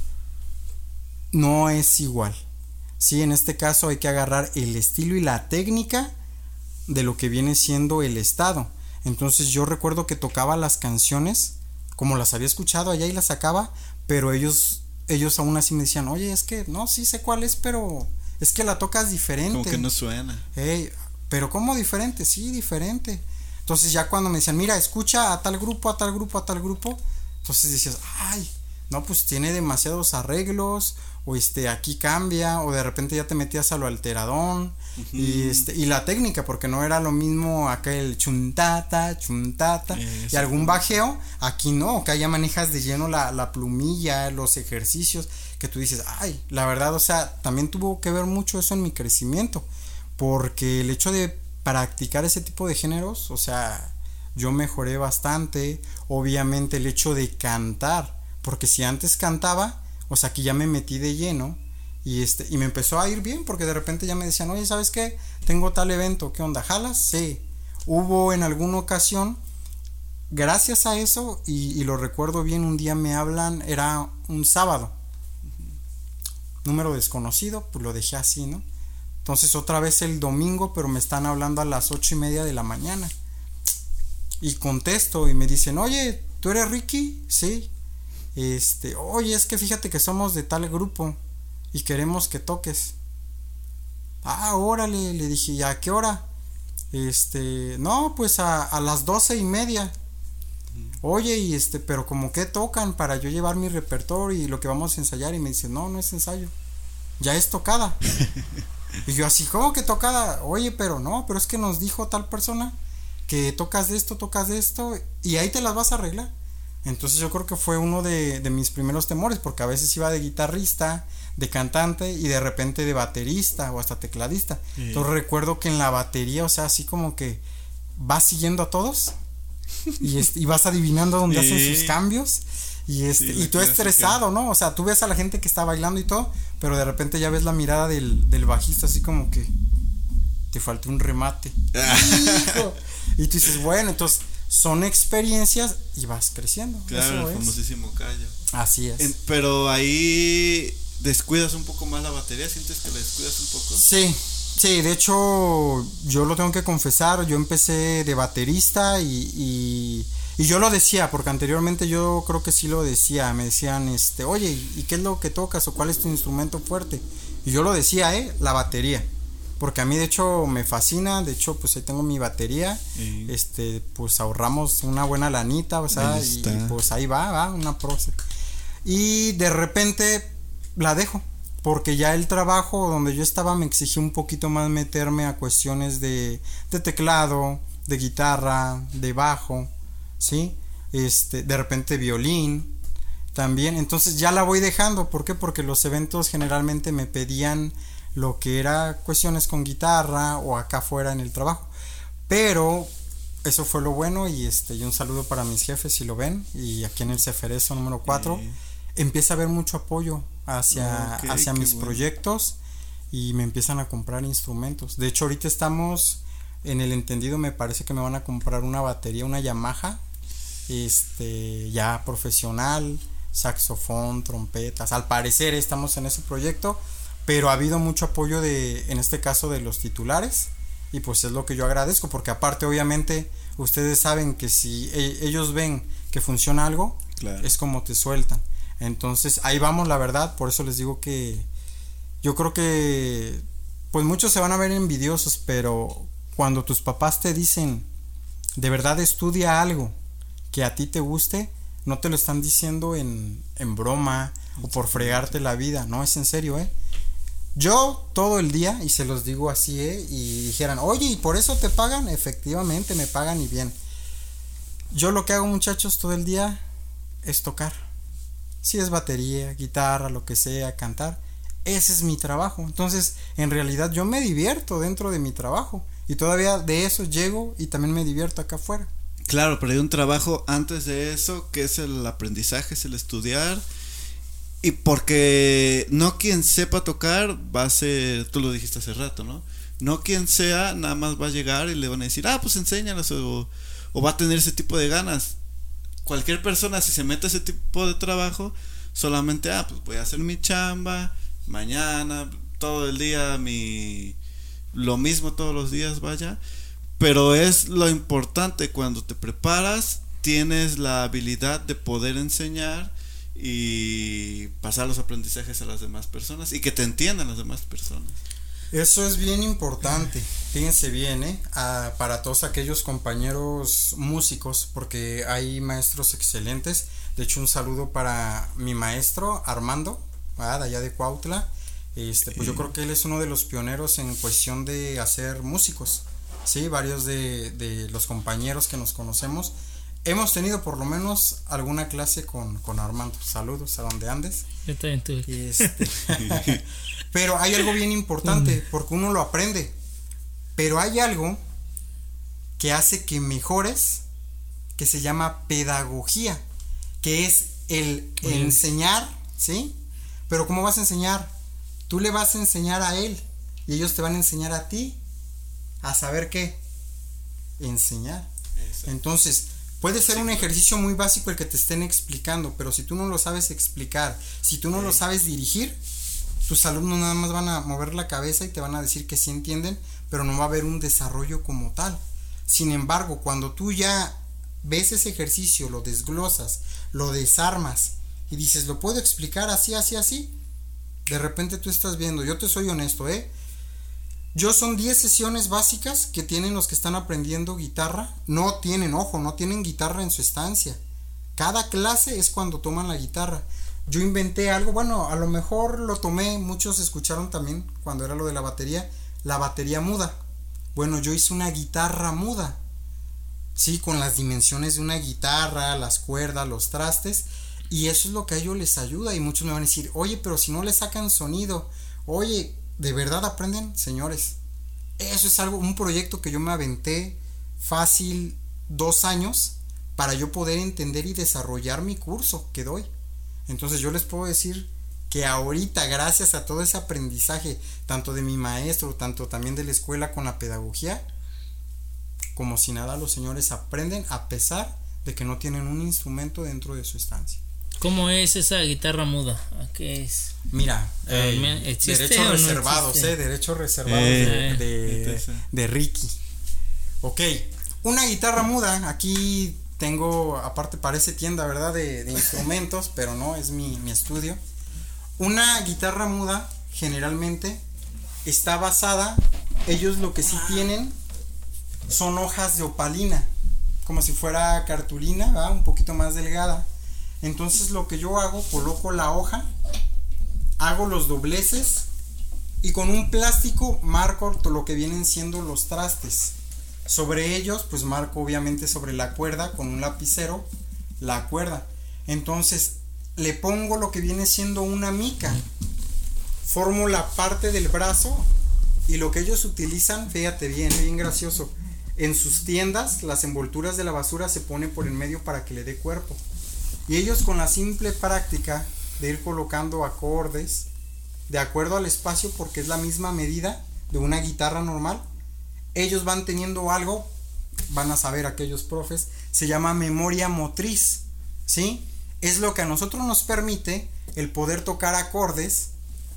no es igual. Sí, en este caso hay que agarrar el estilo y la técnica de lo que viene siendo el estado. Entonces yo recuerdo que tocaba las canciones como las había escuchado allá y las sacaba, pero ellos aún así me decían, oye, es que no, sí sé cuál es, pero es que la tocas diferente. Como que no suena. Pero ¿cómo diferente? Sí, diferente. Entonces ya cuando me decían, mira, escucha a tal grupo, a tal grupo, a tal grupo, entonces decías, ay, no, pues tiene demasiados arreglos, o aquí cambia, o de repente ya te metías a lo alteradón, y la técnica, porque no era lo mismo acá el chuntata, y algún bajeo, aquí no, acá ya manejas de lleno la plumilla, los ejercicios, que tú dices, ay, la verdad, o sea, también tuvo que ver mucho eso en mi crecimiento, porque el hecho de practicar ese tipo de géneros, o sea, yo mejoré bastante, obviamente el hecho de cantar, porque si antes cantaba, o sea, que ya me metí de lleno y me empezó a ir bien, porque de repente ya me decían, oye, ¿sabes qué? Tengo tal evento, ¿qué onda? ¿Jalas? Sí. Hubo en alguna ocasión, gracias a eso, y lo recuerdo bien, un día me hablan, era un sábado, número desconocido, pues lo dejé así, ¿no? Entonces otra vez el domingo, pero me están hablando a las 8:30 de la mañana. Y contesto y me dicen, oye, ¿tú eres Ricky? Sí. Oye, es que fíjate que somos de tal grupo y queremos que toques. Ah, órale, le dije, ¿y a qué hora? No, pues a las 12:30. Oye, y pero como que tocan para yo llevar mi repertorio y lo que vamos a ensayar. Y me dice, no es ensayo, ya es tocada. Y yo así, ¿cómo que tocada? Oye, pero es que nos dijo tal persona que tocas de esto y ahí te las vas a arreglar. Entonces yo creo que fue uno de mis primeros temores, porque a veces iba de guitarrista, de cantante y de repente de baterista o hasta tecladista. Entonces recuerdo que en la batería, o sea, así como que vas siguiendo a todos y vas adivinando dónde hacen sus cambios y tú estresado, ¿no? O sea, tú ves a la gente que está bailando y todo, pero de repente ya ves la mirada del bajista así como que te falta un remate. Hijo. Y tú dices, bueno, entonces son experiencias y vas creciendo. Claro, eso el famosísimo callo. Así es. Pero ahí descuidas un poco más la batería, ¿sientes que la descuidas un poco? Sí, de hecho yo lo tengo que confesar, yo empecé de baterista y yo lo decía, porque anteriormente yo creo que sí lo decía, me decían, oye, ¿y qué es lo que tocas o cuál es tu instrumento fuerte? Y yo lo decía, la batería. Porque a mí de hecho me fascina, de hecho pues ahí tengo mi batería, pues ahorramos una buena lanita, o sea, y pues ahí va una proce. Y de repente la dejo, porque ya el trabajo donde yo estaba me exigía un poquito más meterme a cuestiones de teclado, de guitarra, de bajo, ¿sí? De repente violín también, entonces ya la voy dejando, ¿por qué? Porque los eventos generalmente me pedían lo que era cuestiones con guitarra o acá afuera en el trabajo, pero eso fue lo bueno y un saludo para mis jefes si lo ven, y aquí en el Ceferezo número 4 empieza a haber mucho apoyo hacia mis proyectos y me empiezan a comprar instrumentos. De hecho ahorita estamos en el entendido, me parece que me van a comprar una batería, una Yamaha ya profesional, saxofón, trompetas, al parecer estamos en ese proyecto. Pero ha habido mucho apoyo en este caso de los titulares, y pues es lo que yo agradezco, porque aparte obviamente ustedes saben que si ellos ven que funciona algo, claro, es como te sueltan. Entonces ahí vamos, la verdad, por eso les digo que yo creo que pues muchos se van a ver envidiosos, pero cuando tus papás te dicen de verdad estudia algo que a ti te guste, no te lo están diciendo en broma o por fregarte la vida, no, es en serio, Yo todo el día, y se los digo así, y dijeran, oye, ¿y por eso te pagan? Efectivamente, me pagan y bien. Yo lo que hago, muchachos, todo el día es tocar. Si es batería, guitarra, lo que sea, cantar, ese es mi trabajo. Entonces, en realidad yo me divierto dentro de mi trabajo y todavía de eso llego y también me divierto acá afuera. Claro, pero hay un trabajo antes de eso que es el aprendizaje, es el estudiar. Y porque no quien sepa tocar va a ser, tú lo dijiste hace rato, ¿no? No quien sea, nada más va a llegar y le van a decir, pues enséñanos, o va a tener ese tipo de ganas. Cualquier persona, si se mete a ese tipo de trabajo, solamente, pues voy a hacer mi chamba, mañana, todo el día, lo mismo todos los días, vaya. Pero es lo importante, cuando te preparas, tienes la habilidad de poder enseñar y pasar los aprendizajes a las demás personas y que te entiendan las demás personas. Eso es bien importante, fíjense bien, para todos aquellos compañeros músicos, porque hay maestros excelentes. De hecho, un saludo para mi maestro Armando, de allá de Cuautla. Pues yo creo que él es uno de los pioneros en cuestión de hacer músicos. Sí, varios de los compañeros que nos conocemos hemos tenido por lo menos alguna clase con Armando. Saludos a donde andes. Yo también tuve. Pero hay algo bien importante, porque uno lo aprende. Pero hay algo que hace que mejores, que se llama pedagogía, que es el enseñar, ¿sí? Pero ¿cómo vas a enseñar? Tú le vas a enseñar a él y ellos te van a enseñar a ti a saber qué, enseñar. Exacto. Entonces, puede ser un ejercicio muy básico el que te estén explicando, pero si tú no lo sabes explicar, si tú no lo sabes dirigir, tus alumnos nada más van a mover la cabeza y te van a decir que sí entienden, pero no va a haber un desarrollo como tal. Sin embargo, cuando tú ya ves ese ejercicio, lo desglosas, lo desarmas y dices, lo puedo explicar así, así, así, de repente tú estás viendo, yo te soy honesto, yo son 10 sesiones básicas que tienen los que están aprendiendo guitarra, no tienen guitarra en su estancia. Cada clase es cuando toman la guitarra. Yo inventé algo, bueno, a lo mejor lo tomé, muchos escucharon también cuando era lo de la batería muda. Bueno, yo hice una guitarra muda, sí, con las dimensiones de una guitarra, las cuerdas, los trastes, y eso es lo que a ellos les ayuda. Y muchos me van a decir, oye, pero si no le sacan sonido, oye, ¿de verdad aprenden? Señores, eso es un proyecto que yo me aventé fácil 2 años para yo poder entender y desarrollar mi curso que doy. Entonces yo les puedo decir que ahorita, gracias a todo ese aprendizaje, tanto de mi maestro, tanto también de la escuela con la pedagogía, como si nada los señores aprenden a pesar de que no tienen un instrumento dentro de su estancia. ¿Cómo es esa guitarra muda? ¿A qué es? Mira, derechos reservados, derechos reservados de Ricky. Ok, una guitarra muda, aquí tengo, aparte parece tienda, ¿verdad? De instrumentos, pero no, es mi estudio. Una guitarra muda generalmente está basada, ellos lo que sí tienen son hojas de opalina, como si fuera cartulina, ¿verdad? Un poquito más delgada. Entonces lo que yo hago, coloco la hoja, hago los dobleces y con un plástico marco lo que vienen siendo los trastes. Sobre ellos pues marco obviamente sobre la cuerda con un lapicero la cuerda. Entonces le pongo lo que viene siendo una mica, formo la parte del brazo y lo que ellos utilizan, fíjate bien gracioso, en sus tiendas las envolturas de la basura se ponen por en medio para que le dé cuerpo. Y ellos con la simple práctica de ir colocando acordes de acuerdo al espacio, porque es la misma medida de una guitarra normal, ellos van teniendo algo, van a saber aquellos profes, se llama memoria motriz, ¿sí? Es lo que a nosotros nos permite el poder tocar acordes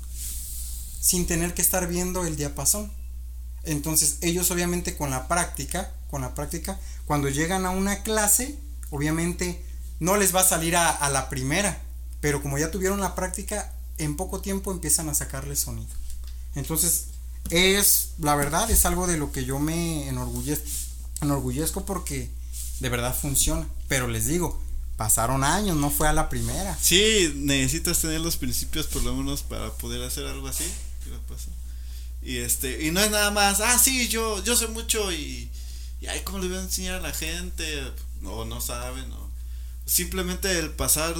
sin tener que estar viendo el diapasón. Entonces ellos obviamente con la práctica, cuando llegan a una clase, obviamente no les va a salir a la primera, pero como ya tuvieron la práctica, en poco tiempo empiezan a sacarle sonido. Entonces, la verdad, es algo de lo que yo me enorgullezco porque de verdad funciona. Pero les digo, pasaron años, no fue a la primera. Sí, necesitas tener los principios por lo menos para poder hacer algo así. ¿Qué va a pasar? Y no es nada más, sí, yo sé mucho y ay, ¿cómo le voy a enseñar a la gente? No saben, simplemente el pasar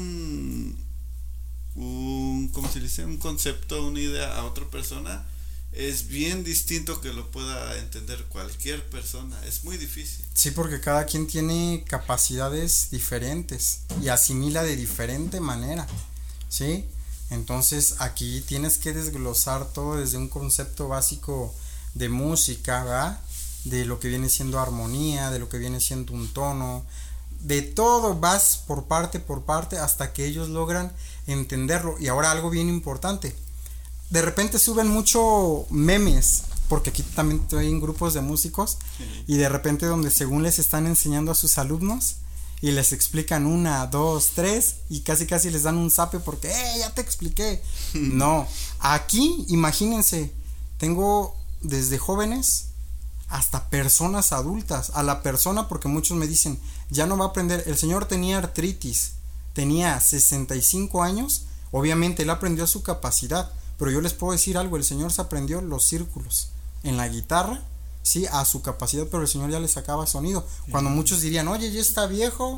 ¿cómo se dice? Un concepto, una idea a otra persona es bien distinto que lo pueda entender cualquier persona. Es muy difícil. Sí, porque cada quien tiene capacidades diferentes y asimila de diferente manera, ¿sí? Entonces aquí tienes que desglosar todo desde un concepto básico de música, ¿verdad? De lo que viene siendo armonía, de lo que viene siendo un tono, de todo vas por parte hasta que ellos logran entenderlo. Y ahora algo bien importante, de repente suben mucho memes, porque aquí también estoy en grupos de músicos, y de repente donde según les están enseñando a sus alumnos y les explican 1, 2, 3 y casi les dan un zape porque ya te expliqué. No, aquí imagínense, tengo desde jóvenes hasta personas adultas, a la persona, porque muchos me dicen, ya no va a aprender, el señor tenía artritis, tenía 65 años, obviamente él aprendió a su capacidad, pero yo les puedo decir algo, el señor se aprendió los círculos en la guitarra, sí, a su capacidad, pero el señor ya le sacaba sonido, cuando muchos dirían, oye, ya está viejo,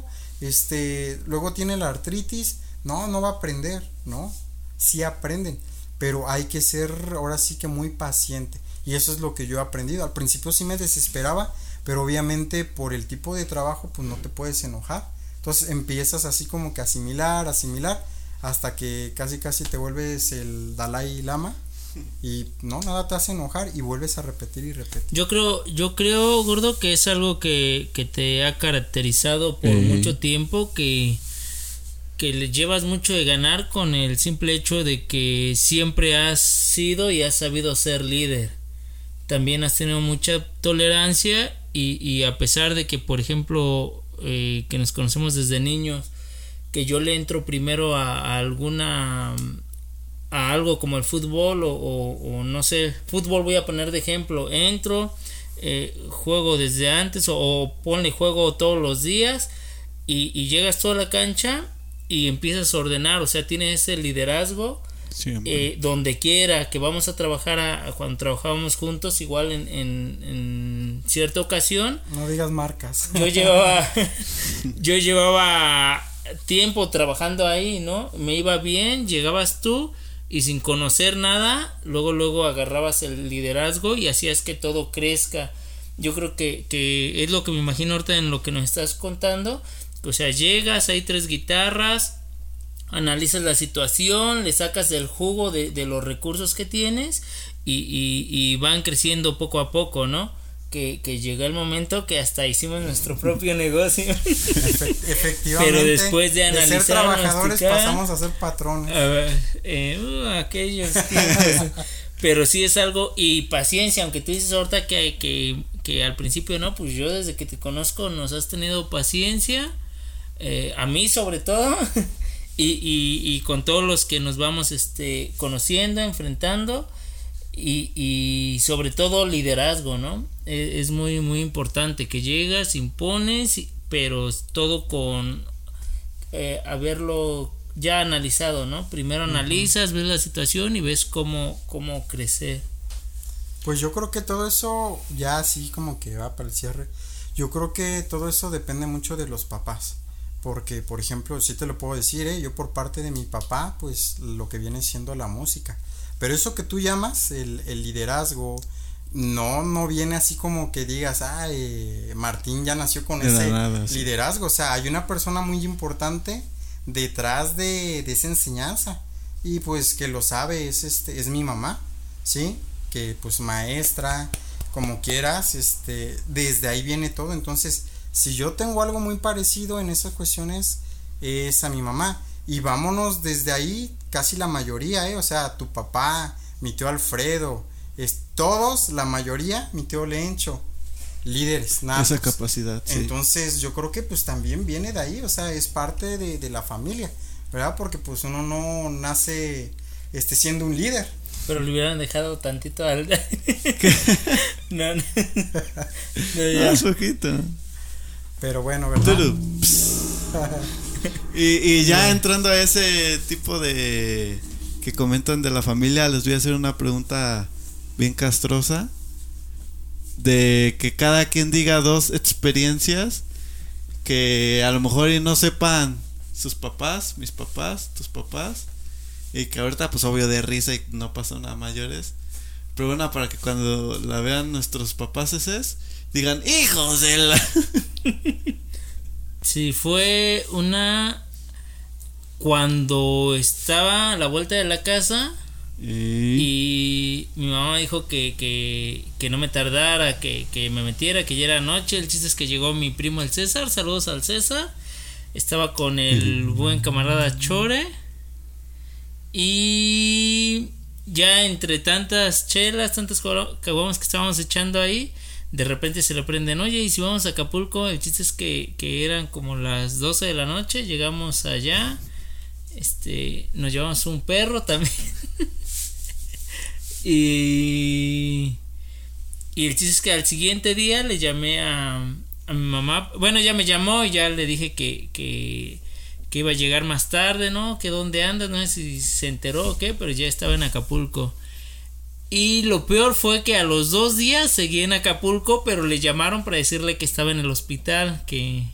luego tiene la artritis, no va a aprender, no, sí aprenden, pero hay que ser ahora sí que muy paciente. Y eso es lo que yo he aprendido. Al principio sí me desesperaba, pero obviamente por el tipo de trabajo pues no te puedes enojar. Entonces empiezas así como que asimilar, hasta que casi te vuelves el Dalai Lama y no, nada te hace enojar y vuelves a repetir y repetir. Yo creo, Gordo, que es algo que te ha caracterizado por mucho tiempo, que le llevas mucho de ganar con el simple hecho de que siempre has sido y has sabido ser líder. También has tenido mucha tolerancia y a pesar de que, por ejemplo, que nos conocemos desde niños, que yo le entro primero a algo como el fútbol o no sé, fútbol voy a poner de ejemplo, entro, juego desde antes o ponle juego todos los días y llegas toda la cancha y empiezas a ordenar, o sea, tienes ese liderazgo. Donde quiera que vamos a trabajar cuando trabajábamos juntos, igual en cierta ocasión, no digas marcas, yo llevaba tiempo trabajando ahí, ¿no? Me iba bien, llegabas tú y sin conocer nada, luego agarrabas el liderazgo y hacías que todo crezca. Yo creo que es lo que me imagino ahorita en lo que nos estás contando, o sea, llegas, hay 3 guitarras, analizas la situación, le sacas el jugo de los recursos que tienes y van creciendo poco a poco, ¿no? Que llega el momento que hasta hicimos nuestro propio negocio. Efectivamente. Pero después de analizar, de ser trabajadores pasamos a ser patrones. Aquellos tiempos. Pero sí es algo, y paciencia, aunque tú dices ahorita que al principio no, pues yo desde que te conozco nos has tenido paciencia, a mí sobre todo. Y con todos los que nos vamos conociendo, enfrentando y sobre todo liderazgo, ¿no? Es muy muy importante que llegas, impones, pero todo con haberlo ya analizado, ¿no? Primero analizas, ves la situación y ves cómo crecer. Pues yo creo que todo eso ya así como que va para el cierre. Yo creo que todo eso depende mucho de los papás. Porque, por ejemplo, sí te lo puedo decir, yo por parte de mi papá, pues lo que viene siendo la música. Pero eso que tú llamas el liderazgo, no viene así como que digas, Martín ya nació con ese liderazgo. O sea, hay una persona muy importante detrás de esa enseñanza. Y pues que lo sabe, es mi mamá, ¿sí? Que pues maestra, como quieras, desde ahí viene todo. Entonces, si yo tengo algo muy parecido en esas cuestiones, es a mi mamá. Y vámonos desde ahí, casi la mayoría, o sea, tu papá, mi tío Alfredo, todos, la mayoría, mi tío Lencho, líderes, natos. Esa capacidad, sí. Entonces, yo creo que pues también viene de ahí, o sea, es parte de la familia, ¿verdad? Porque pues uno no nace siendo un líder. Pero le hubieran dejado tantito al... no, ya. Poquito. Pero bueno, ¿verdad? y ya entrando a ese tipo de que comentan de la familia, les voy a hacer una pregunta bien castrosa, de que cada quien diga 2 experiencias que a lo mejor y no sepan sus papás, mis papás, tus papás, y que ahorita pues obvio de risa y no pasó nada mayores, pero bueno, para que cuando la vean nuestros papás eses, digan, hijos de la... Sí, fue cuando estaba a la vuelta de la casa y mi mamá dijo que no me tardara, que me metiera, que ya era noche. El chiste es que llegó mi primo el César, saludos al César, estaba con el buen camarada Chore y ya entre tantas chelas, tantas caguamas que estábamos echando ahí, de repente se le prenden, oye, y si vamos a Acapulco. El chiste es que eran como las 12 de la noche, llegamos allá, nos llevamos un perro también y el chiste es que al siguiente día le llamé a mi mamá, bueno, ya me llamó y ya le dije que iba a llegar más tarde, ¿no? Que dónde anda, no sé si se enteró o qué, pero ya estaba en Acapulco. Y lo peor fue que a los 2 días seguí en Acapulco, pero le llamaron para decirle que estaba en el hospital, que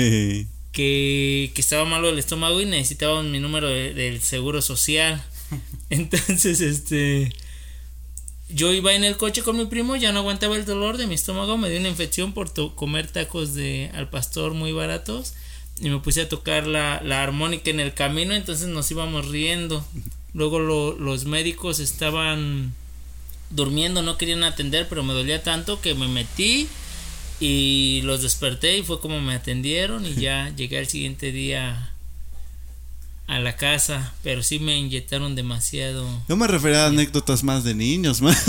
estaba malo del estómago y necesitaban mi número del seguro social. Entonces, yo iba en el coche con mi primo, ya no aguantaba el dolor de mi estómago, me dio una infección por comer tacos al pastor muy baratos y me puse a tocar la armónica en el camino, entonces nos íbamos riendo. Luego los médicos estaban durmiendo, no querían atender, pero me dolía tanto que me metí y los desperté y fue como me atendieron y ya llegué al siguiente día a la casa, pero sí me inyectaron demasiado. Yo me refería a anécdotas más de niños, man.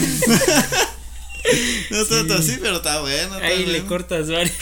No tanto así, pero está bueno. Ahí le cortas varios.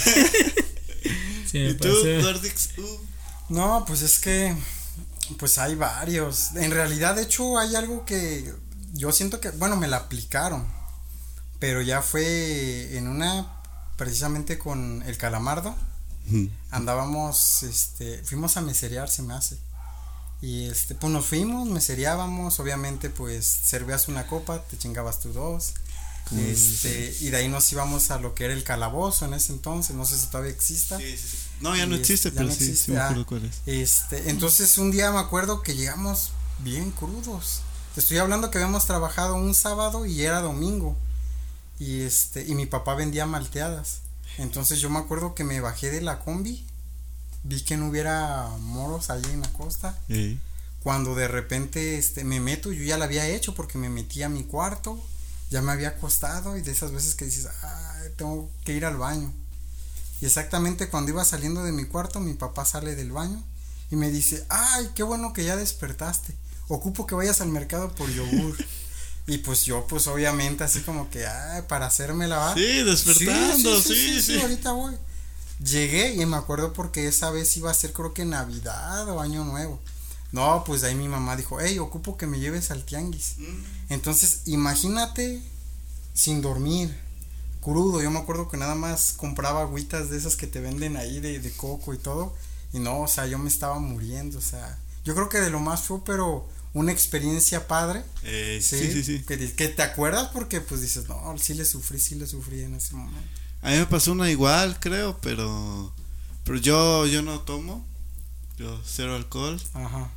¿Y tú, Gordix? No, pues es que pues hay varios. En realidad, de hecho, hay algo que yo siento que, bueno, me la aplicaron, pero ya fue en precisamente con el Calamardo. Andábamos, fuimos a meserear, se me hace. Y pues nos fuimos, mesereábamos, obviamente pues servías una copa, te chingabas tú 2. Y de ahí nos íbamos a lo que era el calabozo en ese entonces, no sé si todavía exista. Sí. No, ya no existe, pero no sí, existe. Sí me acuerdo cuál es. Entonces un día me acuerdo que llegamos bien crudos. Te estoy hablando que habíamos trabajado un sábado y era domingo. Y mi papá vendía malteadas. Entonces yo me acuerdo que me bajé de la combi, vi que no hubiera moros allí en la costa. Cuando de repente me meto, yo ya la había hecho porque me metí a mi cuarto, ya me había acostado y de esas veces que dices, tengo que ir al baño. Y exactamente cuando iba saliendo de mi cuarto, mi papá sale del baño y me dice, ay, qué bueno que ya despertaste, ocupo que vayas al mercado por yogur. Y pues yo, pues obviamente así como que, para hacérmela, ¿va? Sí, despertando, sí, ahorita voy. Llegué y me acuerdo porque esa vez iba a ser creo que Navidad o Año Nuevo. No, pues ahí mi mamá dijo, hey, ocupo que me lleves al tianguis. Entonces, imagínate, sin dormir, crudo. Yo me acuerdo que nada más compraba agüitas de esas que te venden ahí de coco y todo. Y no, o sea, yo me estaba muriendo, o sea, yo creo que de lo más fue, pero una experiencia padre. Sí. Que te acuerdas porque pues dices, no, sí le sufrí en ese momento. A mí me pasó una igual, creo, pero yo no tomo, yo cero alcohol. Ajá.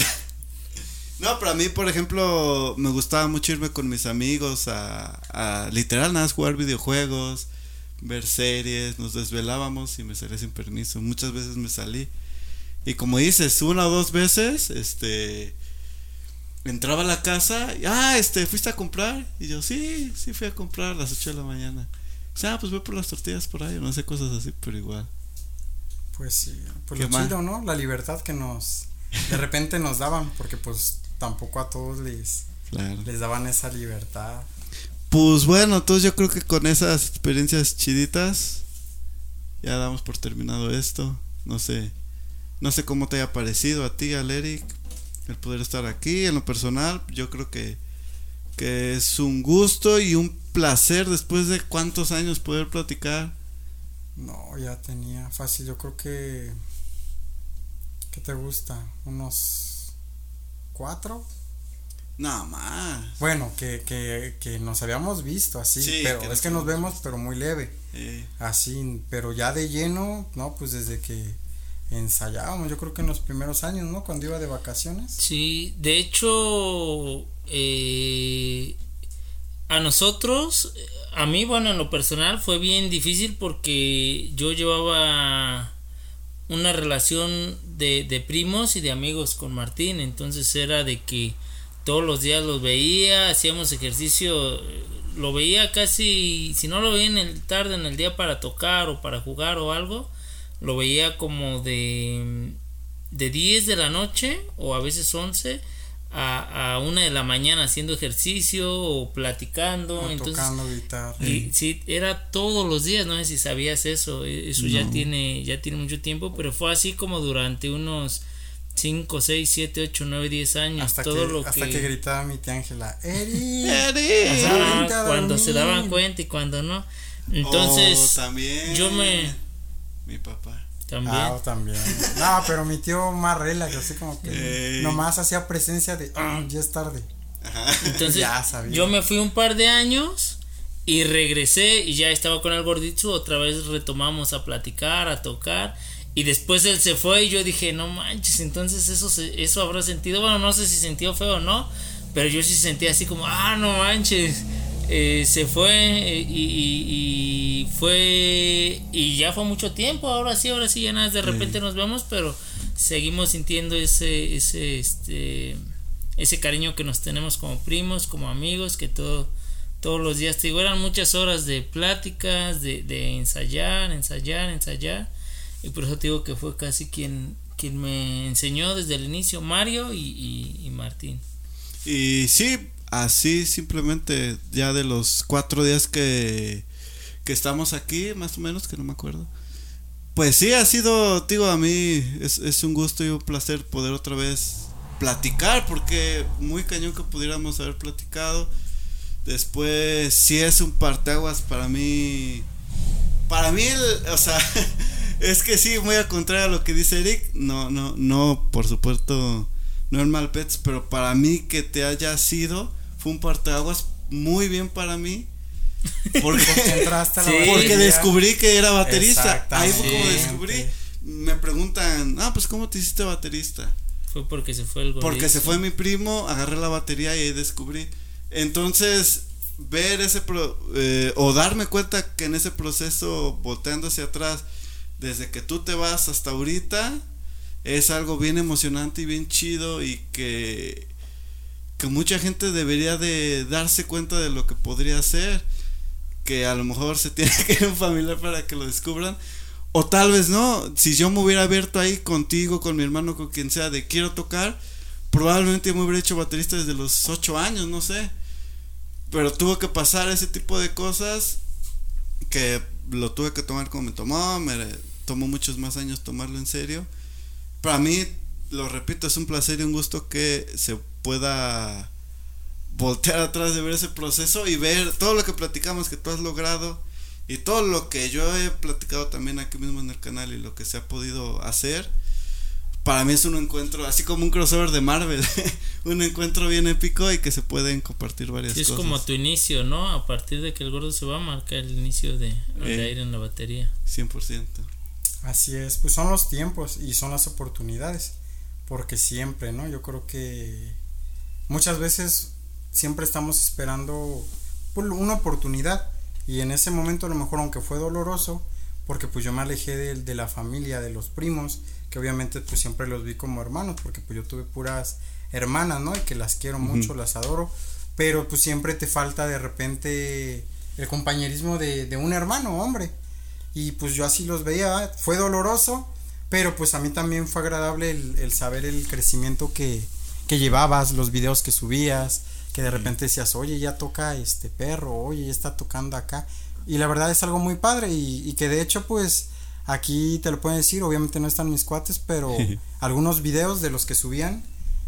No, pero a mí, por ejemplo, me gustaba mucho irme con mis amigos a literal nada más jugar videojuegos, ver series, nos desvelábamos y me salía sin permiso. Muchas veces me salí. Y como dices, 1 o 2 veces, entraba a la casa y, ¿fuiste a comprar? Y yo, sí fui a comprar a las 8 de la mañana. O sea, pues voy por las tortillas por ahí, no sé, cosas así, pero igual. Pues sí, pues lo chido, ¿no? La libertad que de repente nos daban, porque pues tampoco a todos les daban esa libertad. Pues bueno, entonces yo creo que con esas experiencias chiditas ya damos por terminado esto. No sé cómo te haya parecido a ti, al Eric, el poder estar aquí. En lo personal, yo creo que es un gusto y un placer después de cuántos años poder platicar. No, ya tenía fácil, yo creo que ¿qué te gusta? ¿Unos 4? Nada más. Bueno, que nos habíamos visto así, Sí, pero que es que nos vemos, pero muy leve. Así, pero ya de lleno, no, pues desde que ensayábamos, yo creo que en los primeros años, ¿no? Cuando iba de vacaciones. Sí, de hecho, a nosotros, a mí, bueno, en lo personal fue bien difícil porque yo llevaba una relación de primos y de amigos con Martín, entonces era de que todos los días los veía, hacíamos ejercicio, lo veía casi, si no lo veía tarde en el día para tocar o para jugar o algo, lo veía como de 10 de la noche o a veces 11 a 1 de la mañana haciendo ejercicio o platicando, O entonces tocando guitarra. y sí, era todos los días, no sé si sabías eso, eso No. ya tiene mucho tiempo, pero fue así como durante unos 5, 6, 7, 8, 9, 10 años, Hasta que gritaba mi tía Ángela, ¡Eri! ¡Eri! Ajá, vente a cuando dormir. se daban cuenta y cuando no. Entonces, también. Mi papá. también. También. No, pero mi tío más relax, así como que nomás hacía presencia de, ya es tarde. Ajá. Entonces, Ya sabía. yo me fui un par de años y regresé y ya estaba con el Gorditsu, otra vez retomamos a platicar, a tocar. Y después él se fue y yo dije, no manches, entonces eso habrá sentido. Bueno, no sé si sintió feo o no, pero yo sí sentí así como, no manches, se fue y fue, y ya fue mucho tiempo, ahora sí, ya nada, de repente nos vemos, pero seguimos sintiendo ese cariño que nos tenemos como primos, como amigos, que todos los días, te digo, eran muchas horas de pláticas, de ensayar. Y por eso te digo que fue casi quien me enseñó desde el inicio, Mario y Martín. Y sí, así simplemente ya de los 4 días que estamos aquí, más o menos, que no me acuerdo. Pues sí, ha sido, digo, a mí es un gusto y un placer poder otra vez platicar, porque muy cañón que pudiéramos haber platicado. Después sí es un parteaguas para mí, o sea... Es que sí, muy al contrario a lo que dice Eric, no, por supuesto, no en Malpets, pero para mí que te haya sido, fue un parteaguas muy bien para mí, porque entraste a la Sí. porque descubrí que era baterista, ahí fue como Exactamente. descubrí, me preguntan, pues ¿cómo te hiciste baterista? Fue porque se fue el Gorditsu. Porque se fue mi primo, agarré la batería y ahí descubrí, entonces ver o darme cuenta que en ese proceso, volteando hacia atrás, desde que tú te vas hasta ahorita, es algo bien emocionante y bien chido, y que mucha gente debería de darse cuenta de lo que podría ser, que a lo mejor se tiene que ir a un familiar para que lo descubran, o tal vez no. Si yo me hubiera abierto ahí contigo, con mi hermano, con quien sea, de quiero tocar, probablemente me hubiera hecho baterista desde los 8 años, no sé, pero tuvo que pasar ese tipo de cosas que lo tuve que tomar como me tomó, tomó muchos más años tomarlo en serio. Para mí, lo repito, es un placer y un gusto que se pueda voltear atrás de ver ese proceso y ver todo lo que platicamos que tú has logrado y todo lo que yo he platicado también aquí mismo en el canal y lo que se ha podido hacer. Para mí es un encuentro, así como un crossover de Marvel, un encuentro bien épico y que se pueden compartir varias Sí, es cosas. como tu inicio, ¿no? A partir de que el gordo se va a marcar el inicio de ir en la batería. 100%. Así es, pues son los tiempos y son las oportunidades, porque siempre, ¿no? Yo creo que muchas veces siempre estamos esperando una oportunidad, y en ese momento a lo mejor, aunque fue doloroso, porque pues yo me alejé de la familia, de los primos, que obviamente pues siempre los vi como hermanos, porque pues yo tuve puras hermanas, ¿no? Y que las quiero mucho, las adoro, pero pues siempre te falta de repente el compañerismo de un hermano, hombre. Y pues yo así los veía, fue doloroso, pero pues a mí también fue agradable el saber el crecimiento que llevabas, los videos que subías, que de repente decías, oye, ya toca este perro, oye, ya está tocando acá, y la verdad es algo muy padre, y que de hecho pues aquí te lo pueden decir, obviamente no están mis cuates, pero algunos videos de los que subían,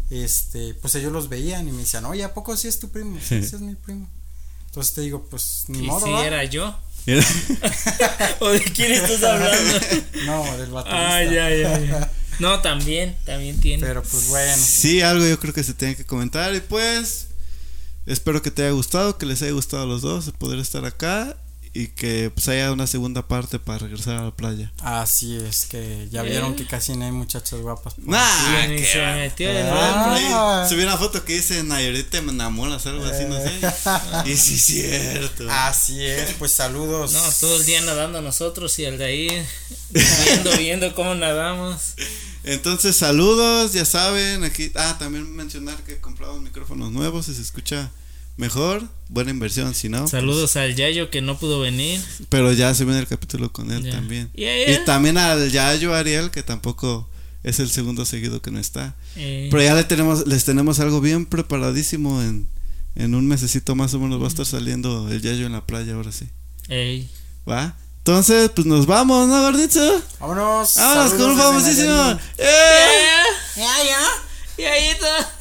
pues ellos los veían y me decían, oye, ¿a poco sí es tu primo? Sí, ese es mi primo. Entonces te digo, pues ni modo. Sí, ¿va? era yo. ¿O de quién estás hablando? No, del baterista. Ya. No, también tiene. Pero pues bueno. Sí, algo yo creo que se tiene que comentar. Y pues, espero que te haya gustado, que les haya gustado a los dos poder estar acá. Y que pues haya una segunda parte para regresar a la playa. Así es, que ya vieron que casi no hay muchachas guapas. Nah, Ni se metió en el por ahí Ah. subí una foto que dice Nayarit te enamoras, algo así, no sé. Y sí es cierto. Así es, pues saludos. No, todo el día nadando nosotros y el de ahí viendo cómo nadamos. Entonces, saludos, ya saben, aquí, también mencionar que compramos micrófonos nuevos y se escucha mejor, buena inversión, si no. Saludos al Yayo que no pudo venir. Pero ya se viene el capítulo con él Ya. también. Yeah. Y también al Yayo Ariel, que tampoco es el segundo seguido que no está. Eh, Pero ya les tenemos algo bien preparadísimo en un mesecito más o menos va a estar saliendo el Yayo en la playa, ahora sí. ey. ¿Va? Entonces, pues nos vamos, ¿no, gordito? Vámonos. Vámonos con un Saludos desde famosísimo. Nayarit. ¡Eh! Ya. Yayito.